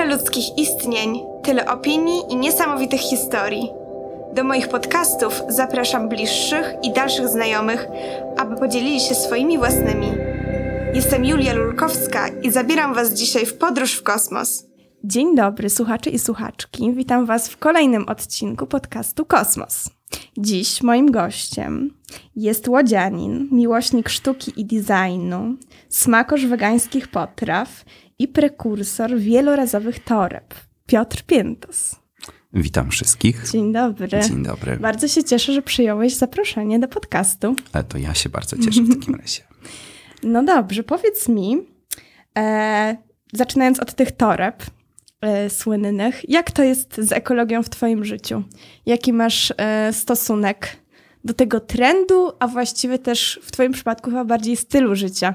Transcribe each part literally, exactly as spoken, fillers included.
Tyle ludzkich istnień, tyle opinii i niesamowitych historii. Do moich podcastów zapraszam bliższych i dalszych znajomych, aby podzielili się swoimi własnymi. Jestem Julia Lulkowska i zabieram Was dzisiaj w podróż w kosmos. Dzień dobry, słuchacze i słuchaczki. Witam Was w kolejnym odcinku podcastu Kosmos. Dziś moim gościem jest łodzianin, miłośnik sztuki i designu, smakosz wegańskich potraw i prekursor wielorazowych toreb, Piotr Piętos. Witam wszystkich. Dzień dobry. Dzień dobry. Bardzo się cieszę, że przyjąłeś zaproszenie do podcastu. Ale to ja się bardzo cieszę w takim razie. No dobrze, powiedz mi, e, zaczynając od tych toreb e, słynnych, jak to jest z ekologią w twoim życiu? Jaki masz e, stosunek do tego trendu, a właściwie też w twoim przypadku chyba bardziej stylu życia?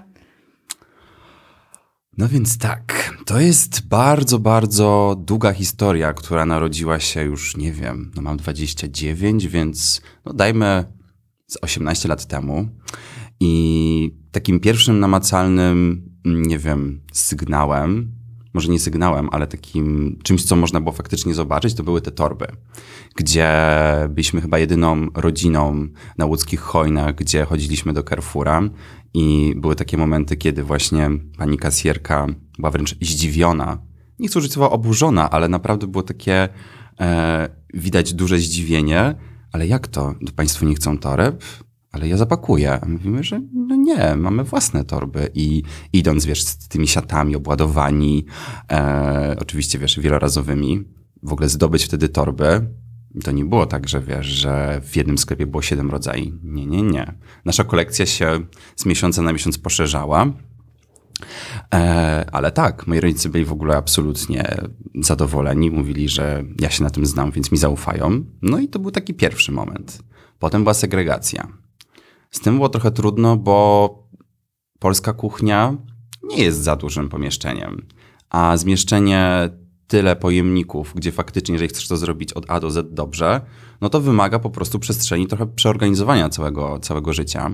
No więc tak, to jest bardzo, bardzo długa historia, która narodziła się już, nie wiem, no mam dwadzieścia dziewięć, więc no dajmy z osiemnaście lat temu. I takim pierwszym namacalnym, nie wiem, sygnałem, może nie sygnałem, ale takim czymś, co można było faktycznie zobaczyć, to były te torby, gdzie byliśmy chyba jedyną rodziną na łódzkich hojnach, gdzie chodziliśmy do Carrefoura i były takie momenty, kiedy właśnie pani kasjerka była wręcz zdziwiona. Nie chcę użyć słowa oburzona, ale naprawdę było takie, e, widać duże zdziwienie, ale jak to? Państwo nie chcą toreb? Ale ja zapakuję. A mówimy, że no nie, mamy własne torby i idąc, wiesz, z tymi siatami obładowani, e, oczywiście, wiesz, wielorazowymi, w ogóle zdobyć wtedy torby, to nie było tak, że wiesz, że w jednym sklepie było siedem rodzajów. Nie, nie, nie. Nasza kolekcja się z miesiąca na miesiąc poszerzała, e, ale tak, moi rodzice byli w ogóle absolutnie zadowoleni, mówili, że ja się na tym znam, więc mi zaufają. No i to był taki pierwszy moment. Potem była segregacja. Z tym było trochę trudno, bo polska kuchnia nie jest za dużym pomieszczeniem, a zmieszczenie tyle pojemników, gdzie faktycznie, jeżeli chcesz to zrobić od A do Z dobrze, no to wymaga po prostu przestrzeni, trochę przeorganizowania całego, całego życia.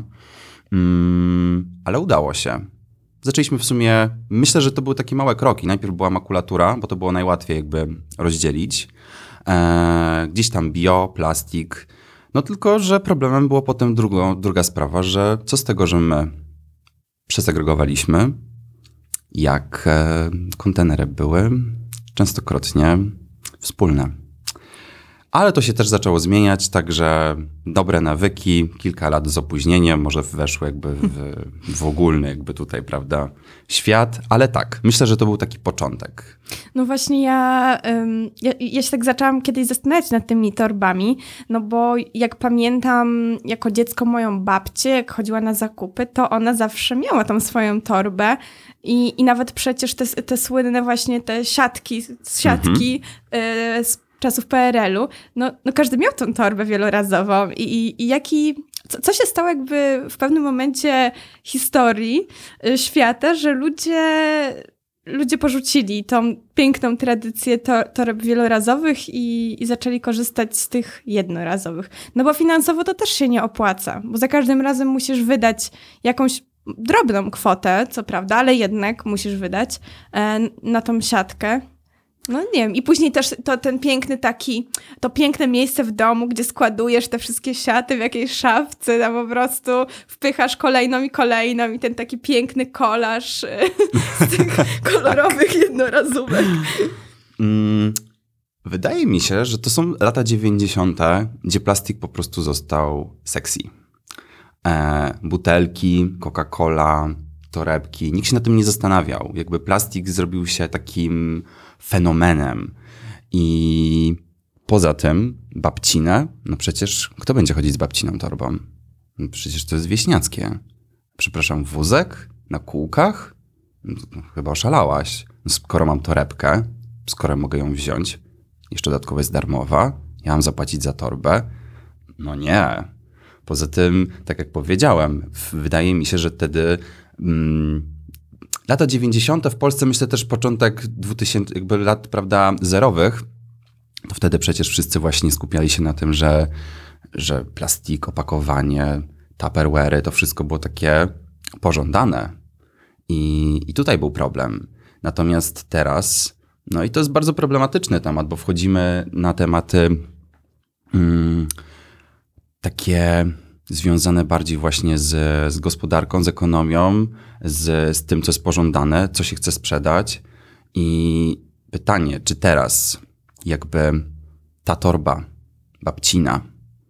Mm, ale udało się. Zaczęliśmy w sumie, myślę, że to były takie małe kroki. Najpierw była makulatura, bo to było najłatwiej jakby rozdzielić. Eee, gdzieś tam bio, plastik. No tylko, że problemem było potem drugo, druga sprawa, że co z tego, że my przesegregowaliśmy, jak e, kontenery były częstokrotnie wspólne. Ale to się też zaczęło zmieniać, także dobre nawyki, kilka lat z opóźnieniem, może weszły jakby w, w ogólny jakby tutaj, prawda, świat. Ale tak, myślę, że to był taki początek. No właśnie ja, ym, ja, ja się tak zaczęłam kiedyś zastanawiać nad tymi torbami, no bo jak pamiętam jako dziecko moją babcię, jak chodziła na zakupy, to ona zawsze miała tą swoją torbę i, i nawet przecież te, te słynne właśnie te siatki, siatki mhm. y, z czasów P R L-u, no, no każdy miał tą torbę wielorazową i, i, i jaki, co, co się stało jakby w pewnym momencie historii y, świata, że ludzie, ludzie porzucili tą piękną tradycję to, toreb wielorazowych i, i zaczęli korzystać z tych jednorazowych. No bo finansowo to też się nie opłaca, bo za każdym razem musisz wydać jakąś drobną kwotę, co prawda, ale jednak musisz wydać e, na tą siatkę. No nie wiem, i później też to ten piękny taki, to piękne miejsce w domu, gdzie składujesz te wszystkie siaty w jakiejś szafce, tam po prostu wpychasz kolejną i kolejną i ten taki piękny kolaż z tych kolorowych jednorazówek. Mm, wydaje mi się, że to są lata dziewięćdziesiąte, gdzie plastik po prostu został sexy. E, butelki, Coca-Cola, torebki, nikt się na tym nie zastanawiał. Jakby plastik zrobił się takim fenomenem. I poza tym babcinę, no przecież kto będzie chodzić z babciną torbą? No przecież to jest wieśniackie. Przepraszam, wózek na kółkach? No, chyba oszalałaś. No, skoro mam torebkę, skoro mogę ją wziąć, jeszcze dodatkowo jest darmowa, ja mam zapłacić za torbę? No nie. Poza tym, tak jak powiedziałem, wydaje mi się, że wtedy mm, lata dziewięćdziesiąte w Polsce, myślę też początek dwutysięcznych, jakby lat, prawda, zerowych, to wtedy przecież wszyscy właśnie skupiali się na tym, że, że plastik, opakowanie, tupperware'y, to wszystko było takie pożądane. I, i tutaj był problem. Natomiast teraz No i to jest bardzo problematyczny temat, bo wchodzimy na tematy mm, takie związane bardziej właśnie z, z gospodarką, z ekonomią, z, z tym, co jest pożądane, co się chce sprzedać. I pytanie, czy teraz jakby ta torba babcina,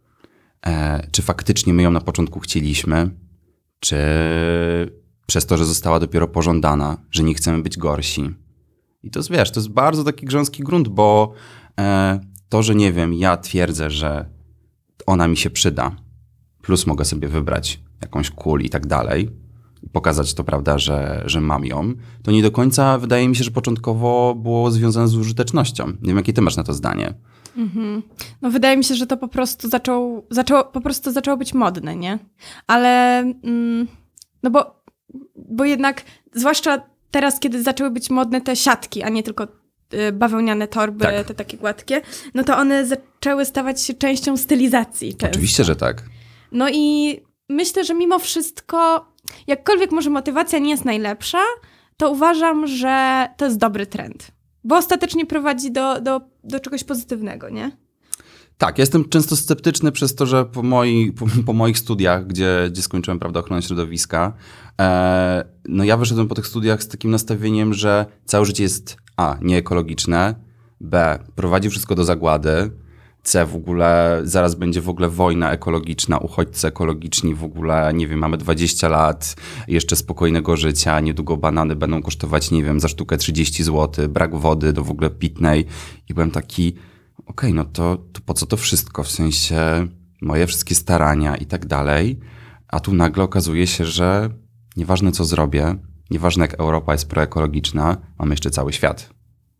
e, czy faktycznie my ją na początku chcieliśmy, czy przez to, że została dopiero pożądana, że nie chcemy być gorsi. I to jest, wiesz, to jest bardzo taki grząski grunt, bo e, to, że nie wiem, ja twierdzę, że ona mi się przyda, plus mogę sobie wybrać jakąś kul i tak dalej, pokazać to, prawda, że, że mam ją, to nie do końca wydaje mi się, że początkowo było związane z użytecznością. Nie wiem, jakie ty masz na to zdanie. Mhm. No wydaje mi się, że to po prostu zaczęło, zaczęło, po prostu zaczęło być modne, nie? Ale mm, no bo, bo jednak, zwłaszcza teraz, kiedy zaczęły być modne te siatki, a nie tylko y, bawełniane torby, Tak. te takie gładkie, no to one zaczęły stawać się częścią stylizacji często. Oczywiście, że tak. No i myślę, że mimo wszystko, jakkolwiek może motywacja nie jest najlepsza, to uważam, że to jest dobry trend. Bo ostatecznie prowadzi do, do, do czegoś pozytywnego, nie? Tak, ja jestem często sceptyczny przez to, że po, moi, po, po moich studiach, gdzie, gdzie skończyłem, prawda, ochronę środowiska, e, no ja wyszedłem po tych studiach z takim nastawieniem, że całe życie jest a, nieekologiczne, b, prowadzi wszystko do zagłady, c, w ogóle zaraz będzie w ogóle wojna ekologiczna, uchodźcy ekologiczni, w ogóle, nie wiem, mamy dwadzieścia lat jeszcze spokojnego życia, niedługo banany będą kosztować, nie wiem, za sztukę trzydzieści złotych, brak wody do w ogóle pitnej i byłem taki... Okej, okay, no to, to po co to wszystko? W sensie moje wszystkie starania i tak dalej. A tu nagle okazuje się, że nieważne co zrobię, nieważne jak Europa jest proekologiczna, mamy jeszcze cały świat.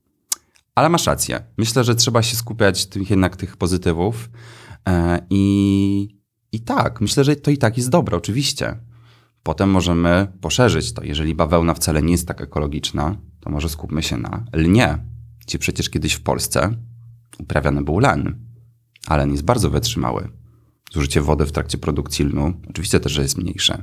Ale masz rację. Myślę, że trzeba się skupiać tych, jednak tych pozytywów. E, i, I tak, myślę, że to i tak jest dobre, oczywiście. Potem możemy poszerzyć to. Jeżeli bawełna wcale nie jest tak ekologiczna, to może skupmy się na lnie, gdzie przecież kiedyś w Polsce uprawiany był len, a len jest bardzo wytrzymały. Zużycie wody w trakcie produkcji lnu oczywiście też jest mniejsze.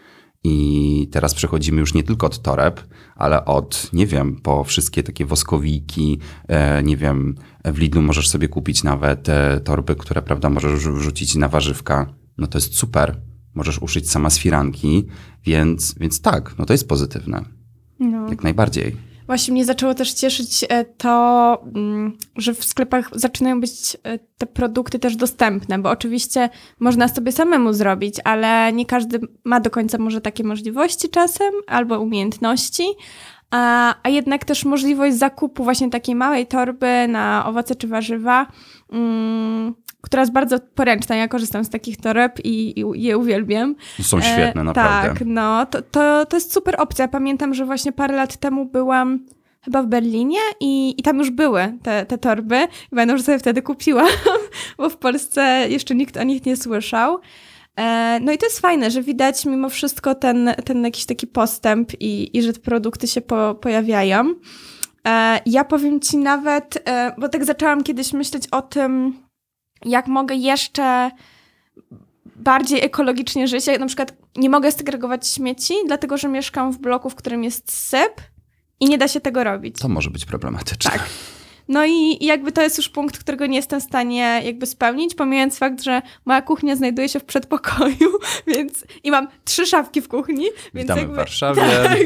I teraz przechodzimy już nie tylko od toreb, ale od, nie wiem, po wszystkie takie woskowiki, e, nie wiem, w Lidlu możesz sobie kupić nawet te torby, które, prawda, możesz wrzucić na warzywka. No to jest super. Możesz uszyć sama z firanki, więc, więc tak, no to jest pozytywne. No. Jak najbardziej. Właśnie mnie zaczęło też cieszyć to, że w sklepach zaczynają być te produkty też dostępne, bo oczywiście można sobie samemu zrobić, ale nie każdy ma do końca może takie możliwości czasem albo umiejętności, a, a jednak też możliwość zakupu właśnie takiej małej torby na owoce czy warzywa, um, która jest bardzo poręczna. Ja korzystam z takich toreb i, i je uwielbiam. Są świetne, e, naprawdę. Tak, no, to, to, to jest super opcja. Pamiętam, że właśnie parę lat temu byłam chyba w Berlinie i, i tam już były te, te torby. I pamiętam, że sobie wtedy kupiłam, bo w Polsce jeszcze nikt o nich nie słyszał. E, no i to jest fajne, że widać mimo wszystko ten, ten jakiś taki postęp i, i że te produkty się po, pojawiają. E, ja powiem ci nawet, e, bo tak zaczęłam kiedyś myśleć o tym, jak mogę jeszcze bardziej ekologicznie żyć. Ja na przykład nie mogę segregować śmieci, dlatego że mieszkam w bloku, w którym jest syp i nie da się tego robić. To może być problematyczne. Tak. No i jakby to jest już punkt, którego nie jestem w stanie jakby spełnić, pomijając fakt, że moja kuchnia znajduje się w przedpokoju, więc i mam trzy szafki w kuchni. Więc Witamy jakby, w Warszawie. Tak.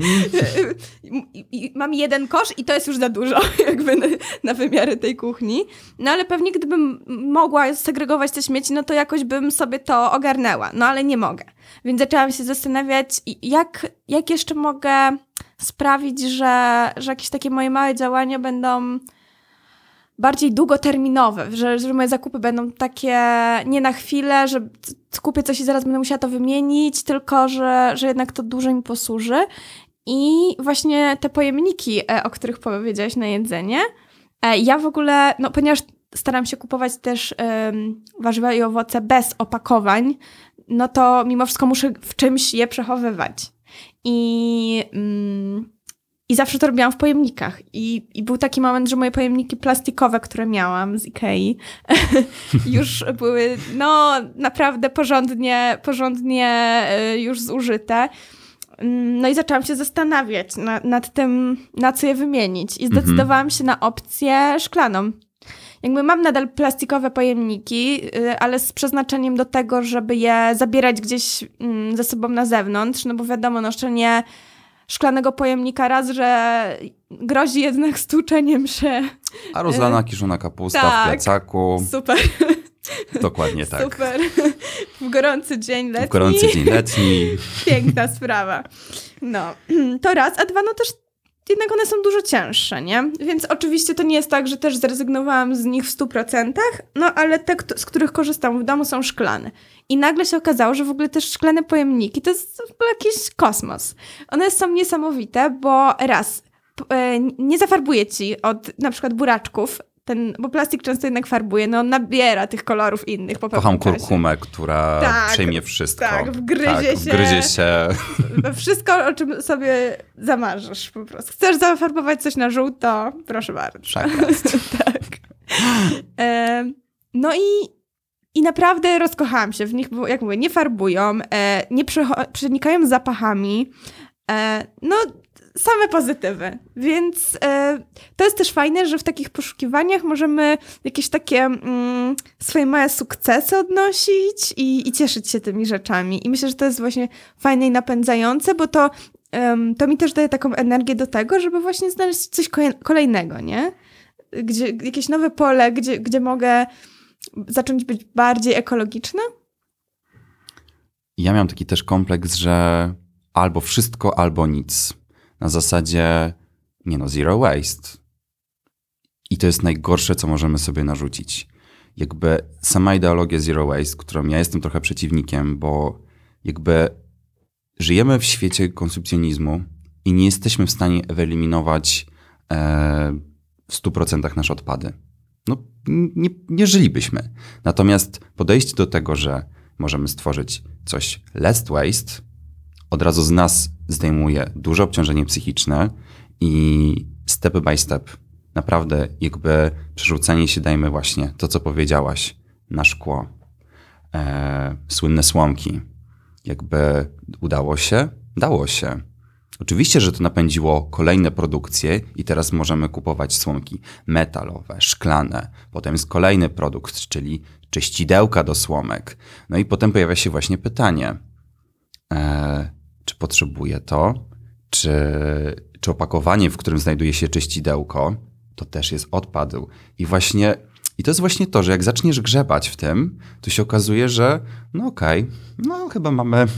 I, I mam jeden kosz i to jest już za dużo jakby na, na wymiary tej kuchni. No ale pewnie gdybym mogła segregować te śmieci, no to jakoś bym sobie to ogarnęła. No ale nie mogę. Więc zaczęłam się zastanawiać, jak, jak jeszcze mogę sprawić, że, że jakieś takie moje małe działania będą bardziej długoterminowe, że, że moje zakupy będą takie nie na chwilę, że kupię coś i zaraz będę musiała to wymienić, tylko że, że jednak to dłużej mi posłuży. I właśnie te pojemniki, o których powiedziałaś na jedzenie, ja w ogóle, no ponieważ staram się kupować też um, warzywa i owoce bez opakowań, no to mimo wszystko muszę w czymś je przechowywać. I, mm, i zawsze to robiłam w pojemnikach. I, I był taki moment, że moje pojemniki plastikowe, które miałam z Ikei, już były no naprawdę porządnie, porządnie już zużyte. No i zaczęłam się zastanawiać na, nad tym, na co je wymienić. I zdecydowałam mhm. się na opcję szklaną. Jakby mam nadal plastikowe pojemniki, ale z przeznaczeniem do tego, żeby je zabierać gdzieś ze sobą na zewnątrz, no bo wiadomo, noszenie szklanego pojemnika raz, że grozi jednak stłuczeniem się. A rozlana kiszona kapusta tak, w plecaku. Super. Dokładnie tak. Super. W gorący dzień letni. W gorący dzień letni. Piękna sprawa. No, to raz, a dwa, no też jednak one są dużo cięższe, nie? Więc oczywiście to nie jest tak, że też zrezygnowałam z nich w stu procentach, no ale te, z których korzystam w domu, są szklane. I nagle się okazało, że w ogóle też szklane pojemniki to jest w ogóle jakiś kosmos. One są niesamowite, bo raz, nie zafarbuje ci od na przykład buraczków, ten, bo plastik często jednak farbuje, no on nabiera tych kolorów innych po Kocham pewnym czasie. kurkumę, która tak, przejmie wszystko. Tak, wgryzie tak, się. Wgryzie się. We wszystko, o czym sobie zamarzysz po prostu. Chcesz zafarbować coś na żółto? Proszę bardzo. Tak jest. tak. E, no i, i naprawdę rozkochałam się w nich, bo jak mówię, nie farbują, e, nie przecho- przenikają zapachami. E, no same pozytywy. Więc e, to jest też fajne, że w takich poszukiwaniach możemy jakieś takie mm, swoje małe sukcesy odnosić i, i cieszyć się tymi rzeczami. I myślę, że to jest właśnie fajne i napędzające, bo to, um, to mi też daje taką energię do tego, żeby właśnie znaleźć coś kolejnego, nie? Gdzie, jakieś nowe pole, gdzie, gdzie mogę zacząć być bardziej ekologiczna. Ja miałam taki też kompleks, że albo wszystko, albo nic. Na zasadzie, nie no, zero waste. I to jest najgorsze, co możemy sobie narzucić. Jakby sama ideologia zero waste, którą ja jestem trochę przeciwnikiem, bo jakby żyjemy w świecie konsumpcjonizmu i nie jesteśmy w stanie wyeliminować e, w stu procentach nasze odpady. No, nie, nie żylibyśmy. Natomiast podejście do tego, że możemy stworzyć coś less waste, od razu z nas zdejmuje duże obciążenie psychiczne i step by step naprawdę jakby przerzucenie się, dajmy właśnie to, co powiedziałaś, na szkło, e, słynne słomki. Jakby udało się? Dało się. Oczywiście, że to napędziło kolejne produkcje i teraz możemy kupować słomki metalowe, szklane. Potem jest kolejny produkt, czyli czyścidełka do słomek. No i potem pojawia się właśnie pytanie, e, czy potrzebuję to? Czy, czy opakowanie, w którym znajduje się czyścidełko, to też jest odpad. I właśnie, i to jest właśnie to, że jak zaczniesz grzebać w tym, to się okazuje, że no okej, okay, no chyba mamy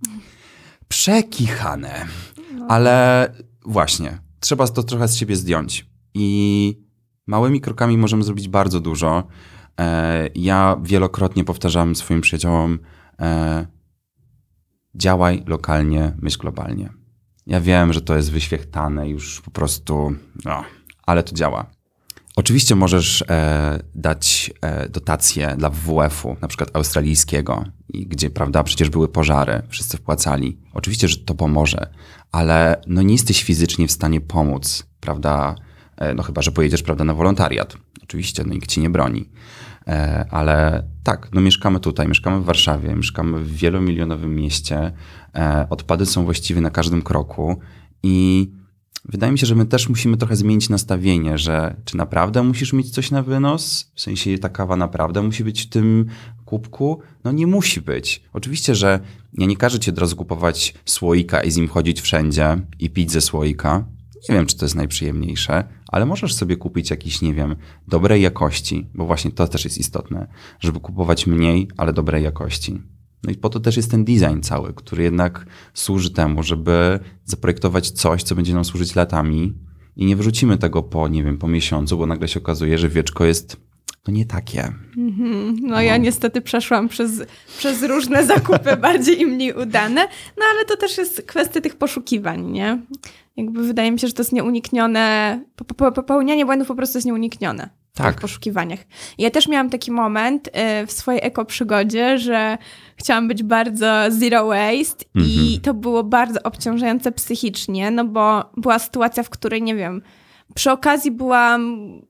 przekichane. Ale właśnie, trzeba to trochę z siebie zdjąć. I małymi krokami możemy zrobić bardzo dużo. E, ja wielokrotnie powtarzam swoim przyjaciołom, e, działaj lokalnie, myśl globalnie. Ja wiem, że to jest wyświechtane już po prostu, no, ale to działa. Oczywiście możesz e, dać e, dotacje dla W W F-u, na przykład australijskiego, i gdzie, prawda, przecież były pożary, wszyscy wpłacali. Oczywiście, że to pomoże, ale no nie jesteś fizycznie w stanie pomóc, prawda, e, no chyba, że pojedziesz, prawda, na wolontariat. Oczywiście, no nikt ci nie broni. E, ale tak, no mieszkamy tutaj, mieszkamy w Warszawie, mieszkamy w wielomilionowym mieście, e, odpady są właściwie na każdym kroku i wydaje mi się, że my też musimy trochę zmienić nastawienie, że czy naprawdę musisz mieć coś na wynos? W sensie ta kawa naprawdę musi być w tym kubku? No nie musi być. Oczywiście, że ja nie każę ci od razu kupować słoika i z nim chodzić wszędzie i pić ze słoika. Nie wiem, czy to jest najprzyjemniejsze, ale możesz sobie kupić jakiś, nie wiem, dobrej jakości, bo właśnie to też jest istotne, żeby kupować mniej, ale dobrej jakości. No i po to też jest ten design cały, który jednak służy temu, żeby zaprojektować coś, co będzie nam służyć latami i nie wyrzucimy tego po, nie wiem, po miesiącu, bo nagle się okazuje, że wieczko jest no nie takie. Mm-hmm. No, no ja niestety przeszłam przez, przez różne zakupy bardziej i mniej udane, no ale to też jest kwestia tych poszukiwań, nie? Jakby wydaje mi się, że to jest nieuniknione, popełnianie błędów po prostu jest nieuniknione. Tak. W tych poszukiwaniach. Ja też miałam taki moment y, w swojej ekoprzygodzie, że chciałam być bardzo zero waste mm-hmm. i to było bardzo obciążające psychicznie, no bo była sytuacja, w której, nie wiem, przy okazji byłam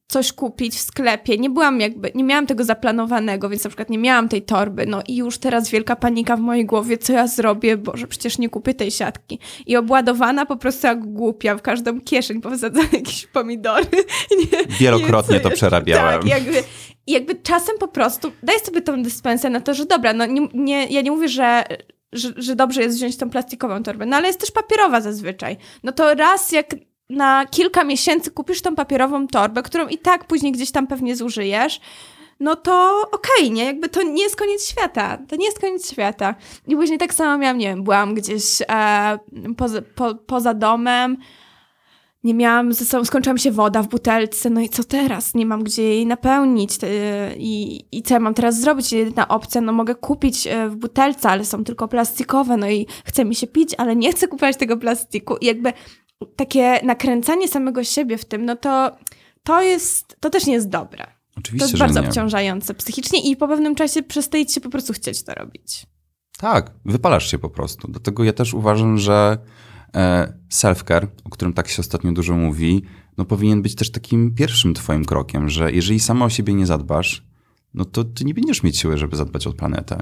coś kupić w sklepie, nie byłam jakby, nie miałam tego zaplanowanego, więc na przykład nie miałam tej torby, no i już teraz wielka panika w mojej głowie, co ja zrobię, Boże, przecież nie kupię tej siatki. I obładowana po prostu jak głupia, w każdą kieszeń powsadzane jakieś pomidory. Nie, Wielokrotnie nie, to przerabiałem. Tak, jakby, i jakby czasem po prostu daj sobie tą dyspensę na to, że dobra, no nie, nie, ja nie mówię, że Że, że dobrze jest wziąć tą plastikową torbę, no ale jest też papierowa zazwyczaj. No to raz jak na kilka miesięcy kupisz tą papierową torbę, którą i tak później gdzieś tam pewnie zużyjesz, no to okej, okay, nie? Jakby to nie jest koniec świata. To nie jest koniec świata. I później tak samo miałam, nie wiem, byłam gdzieś e, poza, po, poza domem, nie miałam ze sobą, skończyła mi się woda w butelce, no i co teraz? Nie mam gdzie jej napełnić i, i co ja mam teraz zrobić? Jedyna opcja, no mogę kupić w butelce, ale są tylko plastikowe, no i chce mi się pić, ale nie chcę kupować tego plastiku. I jakby takie nakręcanie samego siebie w tym, no to to jest, to też nie jest dobre. Oczywiście, to jest że bardzo nie. obciążające psychicznie i po pewnym czasie przestajecie po prostu chcieć to robić. Tak, wypalasz się po prostu. Dlatego ja też uważam, że self-care, o którym tak się ostatnio dużo mówi, no powinien być też takim pierwszym twoim krokiem, że jeżeli sama o siebie nie zadbasz, no to ty nie będziesz mieć siły, żeby zadbać o planetę.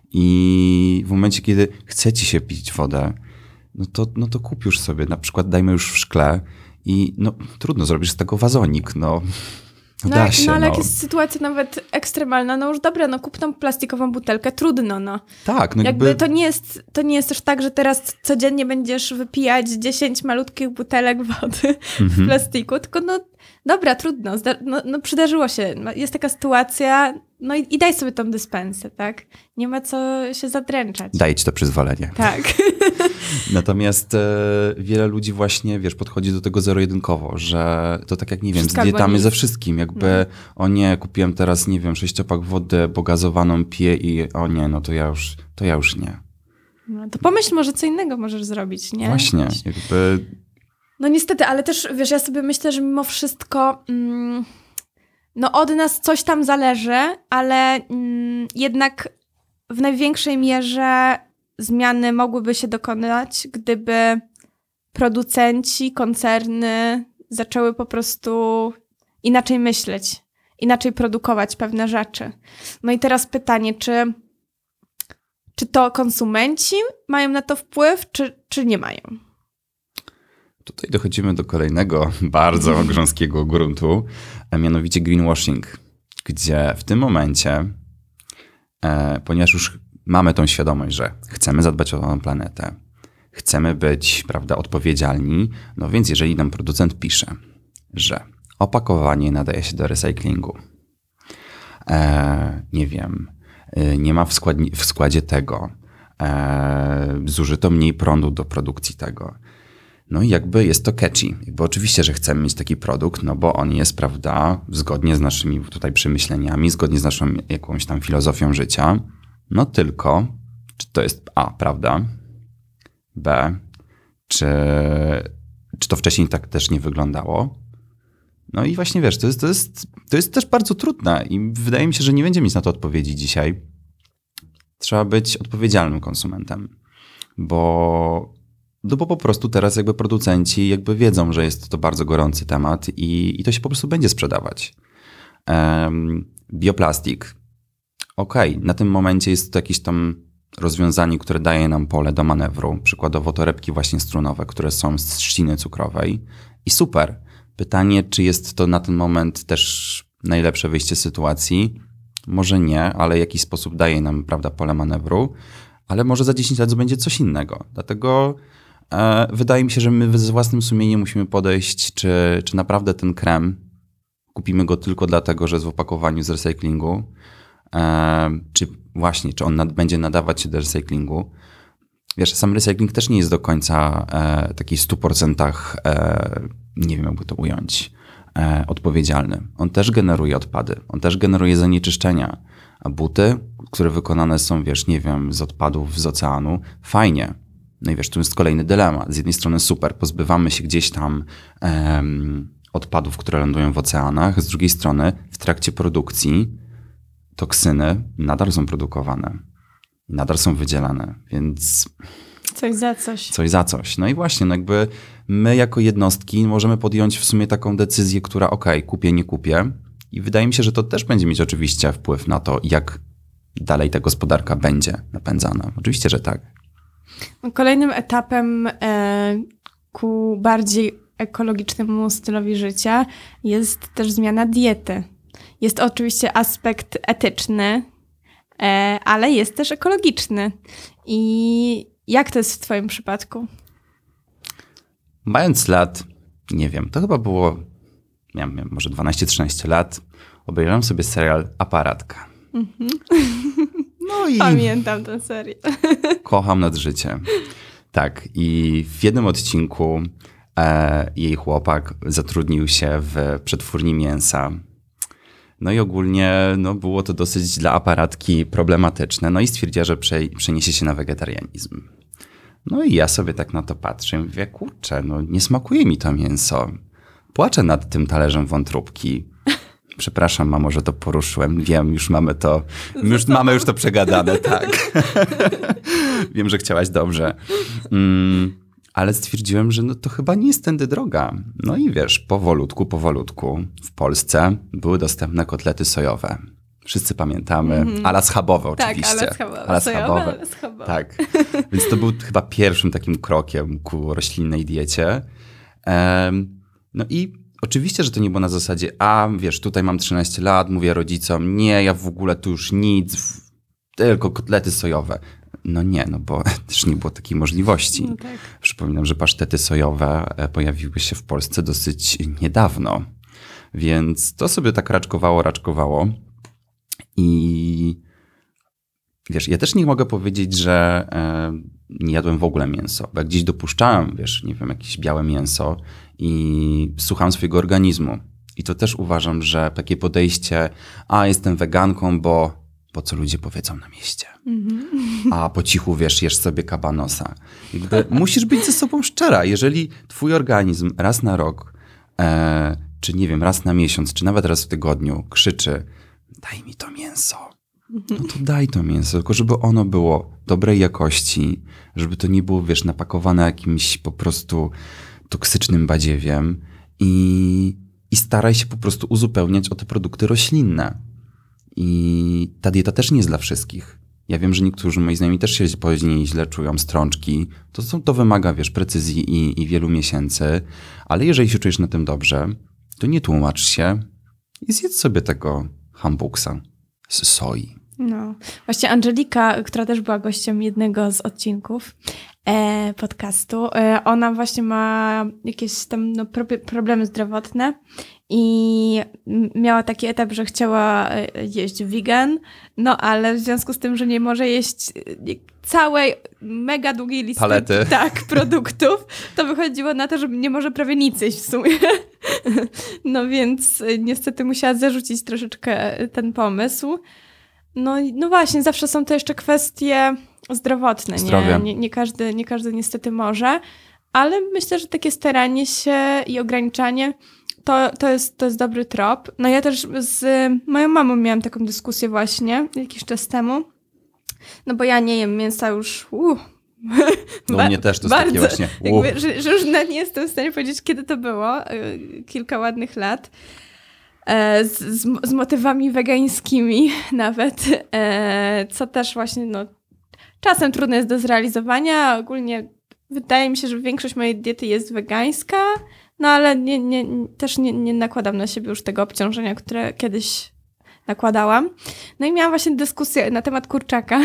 I w momencie, kiedy chce ci się pić wodę, no to, no to kup już sobie, na przykład dajmy już w szkle i no trudno, zrobisz z tego wazonik, no. No, da się, no ale no. jak jest sytuacja nawet ekstremalna, no już dobra, no kup tą plastikową butelkę, trudno, no. Tak, no jakby... jakby... To nie jest, to nie jest też tak, że teraz codziennie będziesz wypijać dziesięć malutkich butelek wody Mhm. w plastiku, tylko no dobra, trudno, zda- no, no przydarzyło się, no, jest taka sytuacja, no i, i daj sobie tą dyspensę, tak? Nie ma co się zadręczać. Daję ci to przyzwolenie. Tak. Natomiast e, wiele ludzi właśnie, wiesz, podchodzi do tego zero-jedynkowo, że to tak jak, nie wiem, Wszystko z albo dietami nic. ze wszystkim, jakby o nie, kupiłem teraz, nie wiem, sześciopak wody, bo gazowaną piję i o nie, no to ja już, to ja już nie. No, to pomyśl, może co innego możesz zrobić, nie? Właśnie, jakby... No niestety, ale też, wiesz, ja sobie myślę, że mimo wszystko mm, no od nas coś tam zależy, ale mm, jednak w największej mierze zmiany mogłyby się dokonać, gdyby producenci, koncerny zaczęły po prostu inaczej myśleć, inaczej produkować pewne rzeczy. No i teraz pytanie, czy, czy to konsumenci mają na to wpływ, czy, czy nie mają? Tutaj dochodzimy do kolejnego bardzo grząskiego gruntu, a mianowicie greenwashing, gdzie w tym momencie, e, ponieważ już mamy tą świadomość, że chcemy zadbać o tę planetę, chcemy być, prawda, odpowiedzialni, no więc jeżeli nam producent pisze, że opakowanie nadaje się do recyklingu, e, nie wiem, e, nie ma w, składni- w składzie tego, e, zużyto mniej prądu do produkcji tego, no i jakby jest to catchy. Jakby oczywiście, że chcemy mieć taki produkt, no bo on jest, prawda, zgodnie z naszymi tutaj przemyśleniami, zgodnie z naszą jakąś tam filozofią życia. No tylko, czy to jest A, prawda? B, czy, czy to wcześniej tak też nie wyglądało? No i właśnie wiesz, to jest, to jest, to jest też bardzo trudne i wydaje mi się, że nie będziemy mieć na to odpowiedzi dzisiaj. Trzeba być odpowiedzialnym konsumentem, bo No bo po prostu teraz jakby producenci jakby wiedzą, że jest to bardzo gorący temat i, i to się po prostu będzie sprzedawać. Um, bioplastik. Okej, okay, na tym momencie jest to jakieś tam rozwiązanie, które daje nam pole do manewru. Przykładowo torebki właśnie strunowe, które są z trzciny cukrowej. I super. Pytanie, czy jest to na ten moment też najlepsze wyjście z sytuacji? Może nie, ale w jakiś sposób daje nam, prawda, pole manewru. Ale może za dziesięć lat będzie coś innego. Dlatego e, wydaje mi się, że my z własnym sumieniem musimy podejść, czy, czy naprawdę ten krem kupimy go tylko dlatego, że jest w opakowaniu z recyklingu, e, czy właśnie, czy on nad, będzie nadawać się do recyklingu. Wiesz, sam recykling też nie jest do końca e, taki w stu procentach, e, nie wiem jakby to ująć, e, odpowiedzialny. On też generuje odpady, on też generuje zanieczyszczenia. A buty, które wykonane są, wiesz, nie wiem, z odpadów z oceanu, fajnie. No i wiesz, tu jest kolejny dylemat. Z jednej strony super, pozbywamy się gdzieś tam em, odpadów, które lądują w oceanach. Z drugiej strony w trakcie produkcji toksyny nadal są produkowane. Nadal są wydzielane, więc... Coś za coś. Coś za coś. No i właśnie, no jakby my jako jednostki możemy podjąć w sumie taką decyzję, która okej, okay, kupię, nie kupię. I wydaje mi się, że to też będzie mieć oczywiście wpływ na to, jak dalej ta gospodarka będzie napędzana. Oczywiście, że tak. Kolejnym etapem e, ku bardziej ekologicznemu stylowi życia jest też zmiana diety. Jest oczywiście aspekt etyczny, e, ale jest też ekologiczny. I jak to jest w twoim przypadku? Mając lat, nie wiem, to chyba było, miałem może dwanaście trzynaście lat, obejrzałem sobie serial Aparatka. Mhm. No i pamiętam tę serię. Kocham nad życiem. Tak, i w jednym odcinku e, jej chłopak zatrudnił się w przetwórni mięsa. No i ogólnie no, było to dosyć dla Aparatki problematyczne. No i stwierdziła, że prze, przeniesie się na wegetarianizm. No i ja sobie tak na to patrzę i mówię, kurczę, no nie smakuje mi to mięso. Płaczę nad tym talerzem wątróbki. Przepraszam, mamo, że to poruszyłem. Wiem, już mamy to, już mamy już to przegadane, tak. Wiem, że chciałaś dobrze. Mm, ale stwierdziłem, że no to chyba nie jest tędy droga. No i wiesz, powolutku, powolutku w Polsce były dostępne kotlety sojowe. Wszyscy pamiętamy. Mm-hmm. Ala schabowe oczywiście. Tak, ala schabowe. Ala sojowe, schabowe. ale schabowe. Tak. Więc to był chyba pierwszym takim krokiem ku roślinnej diecie. Um, no i oczywiście, że to nie było na zasadzie, a wiesz, tutaj mam trzynaście lat, mówię rodzicom, nie, ja w ogóle tu już nic, tylko kotlety sojowe. No nie, no bo też nie było takiej możliwości. No tak. Przypominam, że pasztety sojowe pojawiły się w Polsce dosyć niedawno. Więc to sobie tak raczkowało, raczkowało. I wiesz, ja też nie mogę powiedzieć, że e, nie jadłem w ogóle mięso. Bo jak gdzieś dopuszczałem, wiesz, nie wiem, jakieś białe mięso i słucham swojego organizmu. I to też uważam, że takie podejście, a jestem weganką, bo, bo co ludzie powiedzą na mieście. Mm-hmm. A po cichu, wiesz, jesz sobie kabanosa. Jakby musisz być ze sobą szczera. Jeżeli twój organizm raz na rok, e, czy nie wiem, raz na miesiąc, czy nawet raz w tygodniu krzyczy, daj mi to mięso. No to daj to mięso, tylko żeby ono było dobrej jakości, żeby to nie było, wiesz, napakowane jakimś po prostu toksycznym badziewiem i, i staraj się po prostu uzupełniać o te produkty roślinne. I ta dieta też nie jest dla wszystkich. Ja wiem, że niektórzy moi znajomi też się później źle czują, strączki. To, to, to wymaga, wiesz, precyzji i, i wielu miesięcy, ale jeżeli się czujesz na tym dobrze, to nie tłumacz się i zjedz sobie tego hambuksa z soi. No, właśnie Angelika, która też była gościem jednego z odcinków e, podcastu, e, ona właśnie ma jakieś tam no, pro, problemy zdrowotne i miała taki etap, że chciała jeść vegan, no ale w związku z tym, że nie może jeść całej mega długiej listy palety. Tak, produktów, to wychodziło na to, że nie może prawie nic jeść w sumie. No więc niestety musiała zarzucić troszeczkę ten pomysł. No, no właśnie, zawsze są to jeszcze kwestie zdrowotne. Nie? Nie, nie, każdy, nie każdy niestety może, ale myślę, że takie staranie się i ograniczanie to, to, jest, to jest dobry trop. No ja też z moją mamą miałam taką dyskusję właśnie jakiś czas temu, no bo ja nie jem mięsa już... Uh, no u mnie też to jest bardzo, takie właśnie... Uh. Jakby, że, że już nie jestem w stanie powiedzieć, kiedy to było, kilka ładnych lat. Z, z, z motywami wegańskimi nawet, e, co też właśnie no, czasem trudne jest do zrealizowania. Ogólnie wydaje mi się, że większość mojej diety jest wegańska, no ale nie, nie, też nie, nie nakładam na siebie już tego obciążenia, które kiedyś nakładałam. No i miałam właśnie dyskusję na temat kurczaka.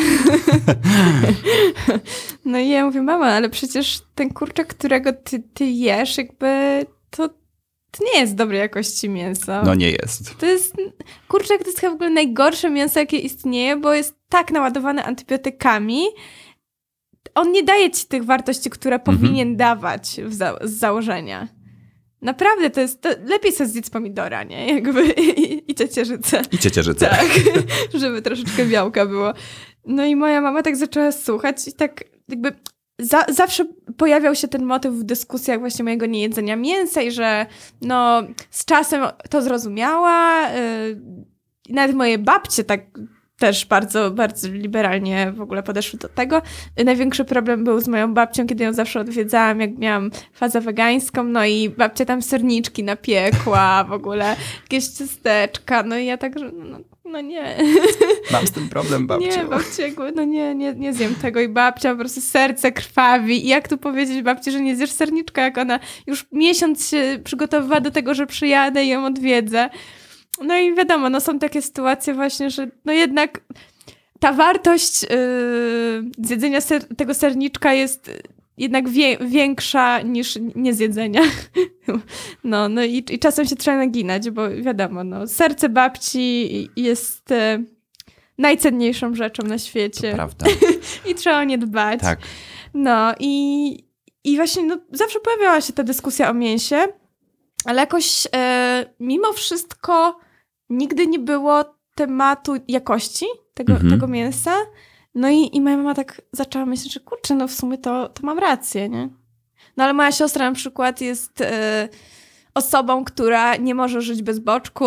No i ja mówię, mama, ale przecież ten kurczak, którego ty, ty jesz, jakby to To nie jest dobrej jakości mięso. No nie jest. To jest, kurczak to jest chyba w ogóle najgorsze mięso, jakie istnieje, bo jest tak naładowane antybiotykami. On nie daje ci tych wartości, które mhm. powinien dawać w za- z założenia. Naprawdę, to jest, to lepiej sobie zjedz pomidora, nie? Jakby i, i ciecierzycę. I ciecierzycę. Tak, żeby troszeczkę białka było. No i moja mama tak zaczęła słuchać i tak jakby... Za, zawsze pojawiał się ten motyw w dyskusjach właśnie mojego niejedzenia mięsa i że no z czasem to zrozumiała. Yy, nawet moje babcie tak też bardzo, bardzo liberalnie w ogóle podeszły do tego. Największy problem był z moją babcią, kiedy ją zawsze odwiedzałam, jak miałam fazę wegańską, no i babcia tam serniczki napiekła, w ogóle jakieś ciasteczka, no i ja tak, że no, no nie. Mam z tym problem, babciu. Nie, babcia, jakby, no nie, nie, nie zjem tego i babcia po prostu serce krwawi i jak tu powiedzieć babci, że nie zjesz serniczka, jak ona już miesiąc się przygotowywała do tego, że przyjadę i ją odwiedzę. No i wiadomo, no są takie sytuacje właśnie, że no jednak ta wartość yy, zjedzenia ser- tego serniczka jest jednak wie- większa niż niezjedzenia. No, no i, i czasem się trzeba naginać, bo wiadomo, no, serce babci jest yy, najcenniejszą rzeczą na świecie. To prawda. I trzeba o nie dbać. Tak. No i, i właśnie no, zawsze pojawiała się ta dyskusja o mięsie, ale jakoś e, mimo wszystko nigdy nie było tematu jakości tego, Mhm. tego mięsa. No i, i moja mama tak zaczęła myśleć, że kurczę, no w sumie to, to mam rację, nie? No ale moja siostra na przykład jest e, osobą, która nie może żyć bez boczku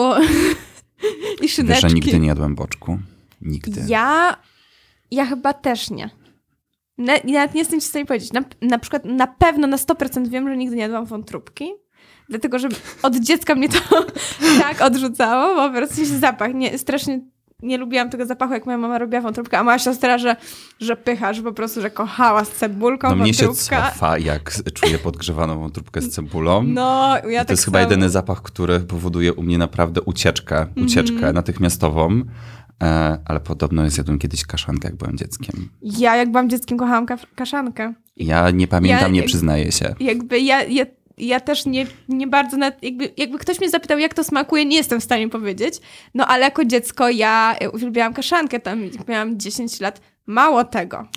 i szyneczki. Wiesz, że nigdy nie jadłem boczku. Nigdy. Ja, ja chyba też nie. Na, nawet nie jestem ci w stanie powiedzieć. Na, na przykład na pewno na sto procent wiem, że nigdy nie jadłam wątróbki. Dlatego, że od dziecka mnie to tak odrzucało, bo po prostu się zapach. Nie, strasznie nie lubiłam tego zapachu, jak moja mama robiła wątróbkę, a moja siostra, że, że pycha, że po prostu, że kochała z cebulką No mnie się wątróbka. cofa, jak czuję podgrzewaną wątróbkę z cebulą. No, ja I to tak jest chyba samo. jedyny zapach, który powoduje u mnie naprawdę ucieczkę, ucieczkę Mhm. natychmiastową. E, ale podobno zjadłem kiedyś kaszankę, jak byłem dzieckiem. Ja jak byłam dzieckiem, kochałam ka- kaszankę. Ja nie pamiętam, Ja- nie jak- przyznaję się. Jakby ja, ja, ja też nie, nie bardzo, na, jakby, jakby ktoś mnie zapytał, jak to smakuje, nie jestem w stanie powiedzieć. No ale jako dziecko ja uwielbiałam kaszankę, tam jak miałam dziesięć lat. Mało tego.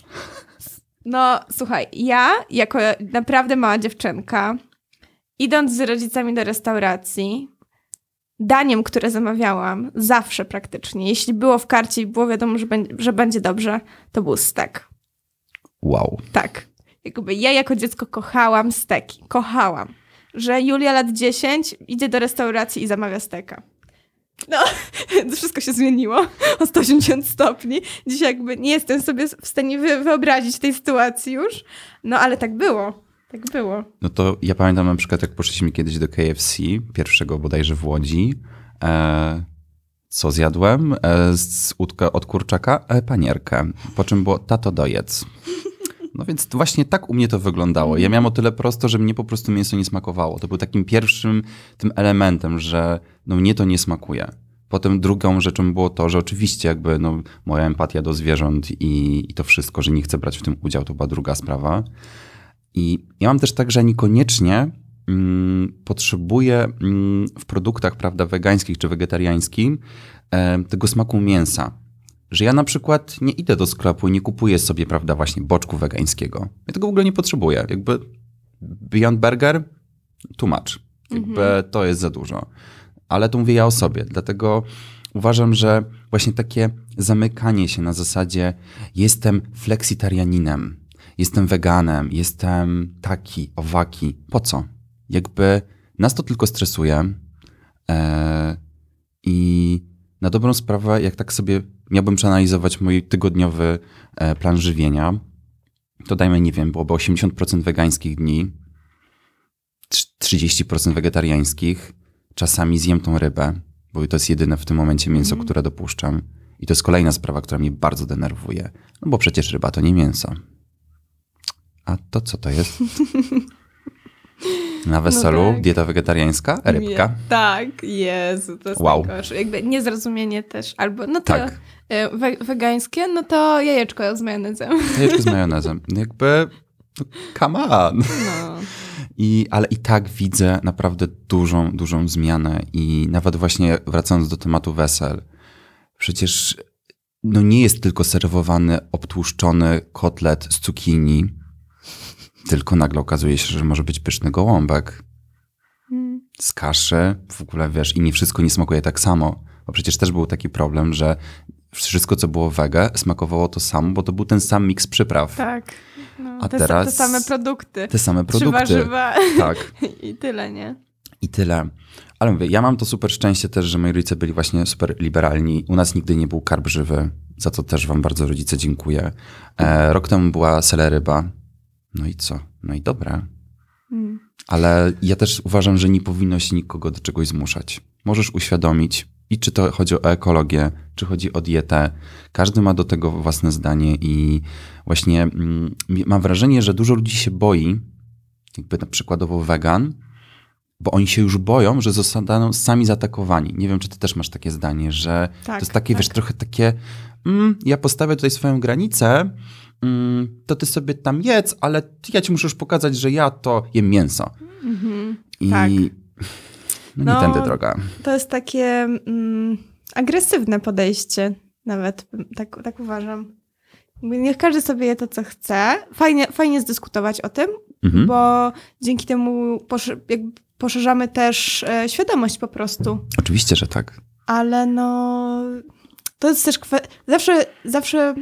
No słuchaj, ja jako naprawdę mała dziewczynka, idąc z rodzicami do restauracji, daniem, które zamawiałam, zawsze praktycznie, jeśli było w karcie i było wiadomo, że będzie, że będzie dobrze, to był stek. Wow. Tak. Jakby ja jako dziecko kochałam steki. Kochałam. Że Julia lat dziesięć idzie do restauracji i zamawia steka. No, to wszystko się zmieniło o sto osiemdziesiąt stopni. Dzisiaj jakby nie jestem sobie w stanie wy- wyobrazić tej sytuacji już. No, ale tak było. Tak było. No to ja pamiętam na przykład, jak poszliśmy kiedyś do K F C, pierwszego bodajże w Łodzi. E, co zjadłem? E, z łódka od kurczaka? E, panierkę. Po czym było, tato dojedz. No więc właśnie tak u mnie to wyglądało. Ja miałem o tyle prosto, że mnie po prostu mięso nie smakowało. To był takim pierwszym tym elementem, że no mnie to nie smakuje. Potem drugą rzeczą było to, że oczywiście jakby no, moja empatia do zwierząt i, i to wszystko, że nie chcę brać w tym udział, to była druga sprawa. I ja mam też tak, że niekoniecznie mm, potrzebuję mm, w produktach, prawda, wegańskich czy wegetariańskich e, tego smaku mięsa. Że ja na przykład nie idę do sklepu i nie kupuję sobie, prawda, właśnie boczku wegańskiego. Ja tego w ogóle nie potrzebuję. Jakby Beyond Burger, too much. Jakby Mhm. to jest za dużo. Ale to mówię ja o sobie. Dlatego uważam, że właśnie takie zamykanie się na zasadzie jestem fleksitarianinem, jestem weganem, jestem taki, owaki. Po co? Jakby nas to tylko stresuje e, i na dobrą sprawę, jak tak sobie miałbym przeanalizować mój tygodniowy e, plan żywienia, to dajmy, nie wiem, byłoby osiemdziesiąt procent wegańskich dni, trzydzieści procent wegetariańskich, czasami zjem tą rybę, bo to jest jedyne w tym momencie mięso, Mhm. które dopuszczam. I to jest kolejna sprawa, która mnie bardzo denerwuje. No bo przecież ryba to nie mięso. A to co to jest? Na weselu tak. dieta wegetariańska, rybka. Nie, tak, Jezu, to jest Wow. najgorsze. Jakby niezrozumienie też, albo no to Tak. e, we, wegańskie, no to jajeczko z majonezem. Jajeczko z majonezem. No jakby, no, come on. No. I, ale i tak widzę naprawdę dużą, dużą zmianę i nawet właśnie wracając do tematu wesel, przecież no nie jest tylko serwowany obtłuszczony kotlet z cukinii, tylko nagle okazuje się, że może być pyszny gołąbek Mm. z kaszy, w ogóle wiesz, i nie wszystko nie smakuje tak samo, bo przecież też był taki problem, że wszystko, co było wege, smakowało to samo, bo to był ten sam miks przypraw. Tak. No, A te, teraz te same produkty. Te same Trzy produkty. warzywa Tak. i tyle, nie? I tyle. Ale mówię, ja mam to super szczęście też, że moi rodzice byli właśnie super liberalni. U nas nigdy nie był karp żywy, za to też wam bardzo rodzice dziękuję. E, rok temu była seleryba. No i co? No i dobra. Mm. Ale ja też uważam, że nie powinno się nikogo do czegoś zmuszać. Możesz uświadomić, i czy to chodzi o ekologię, czy chodzi o dietę. Każdy ma do tego własne zdanie i właśnie mm, mam wrażenie, że dużo ludzi się boi, jakby na przykładowo wegan, bo oni się już boją, że zostaną sami zaatakowani. Nie wiem, czy ty też masz takie zdanie, że tak, to jest takie, tak. wiesz, trochę takie, mm, ja postawię tutaj swoją granicę, mm, to ty sobie tam jedz, ale ty, ja ci muszę już pokazać, że ja to jem mięso. Mhm, I tak. no, No, nie tędy droga. To jest takie mm, agresywne podejście nawet, tak, tak uważam. Niech każdy sobie je to, co chce. Fajnie, fajnie zdyskutować o tym, mhm. bo dzięki temu posz- jakby poszerzamy też e, świadomość po prostu. Oczywiście, że tak. Ale no, to jest też kwe- zawsze, zawsze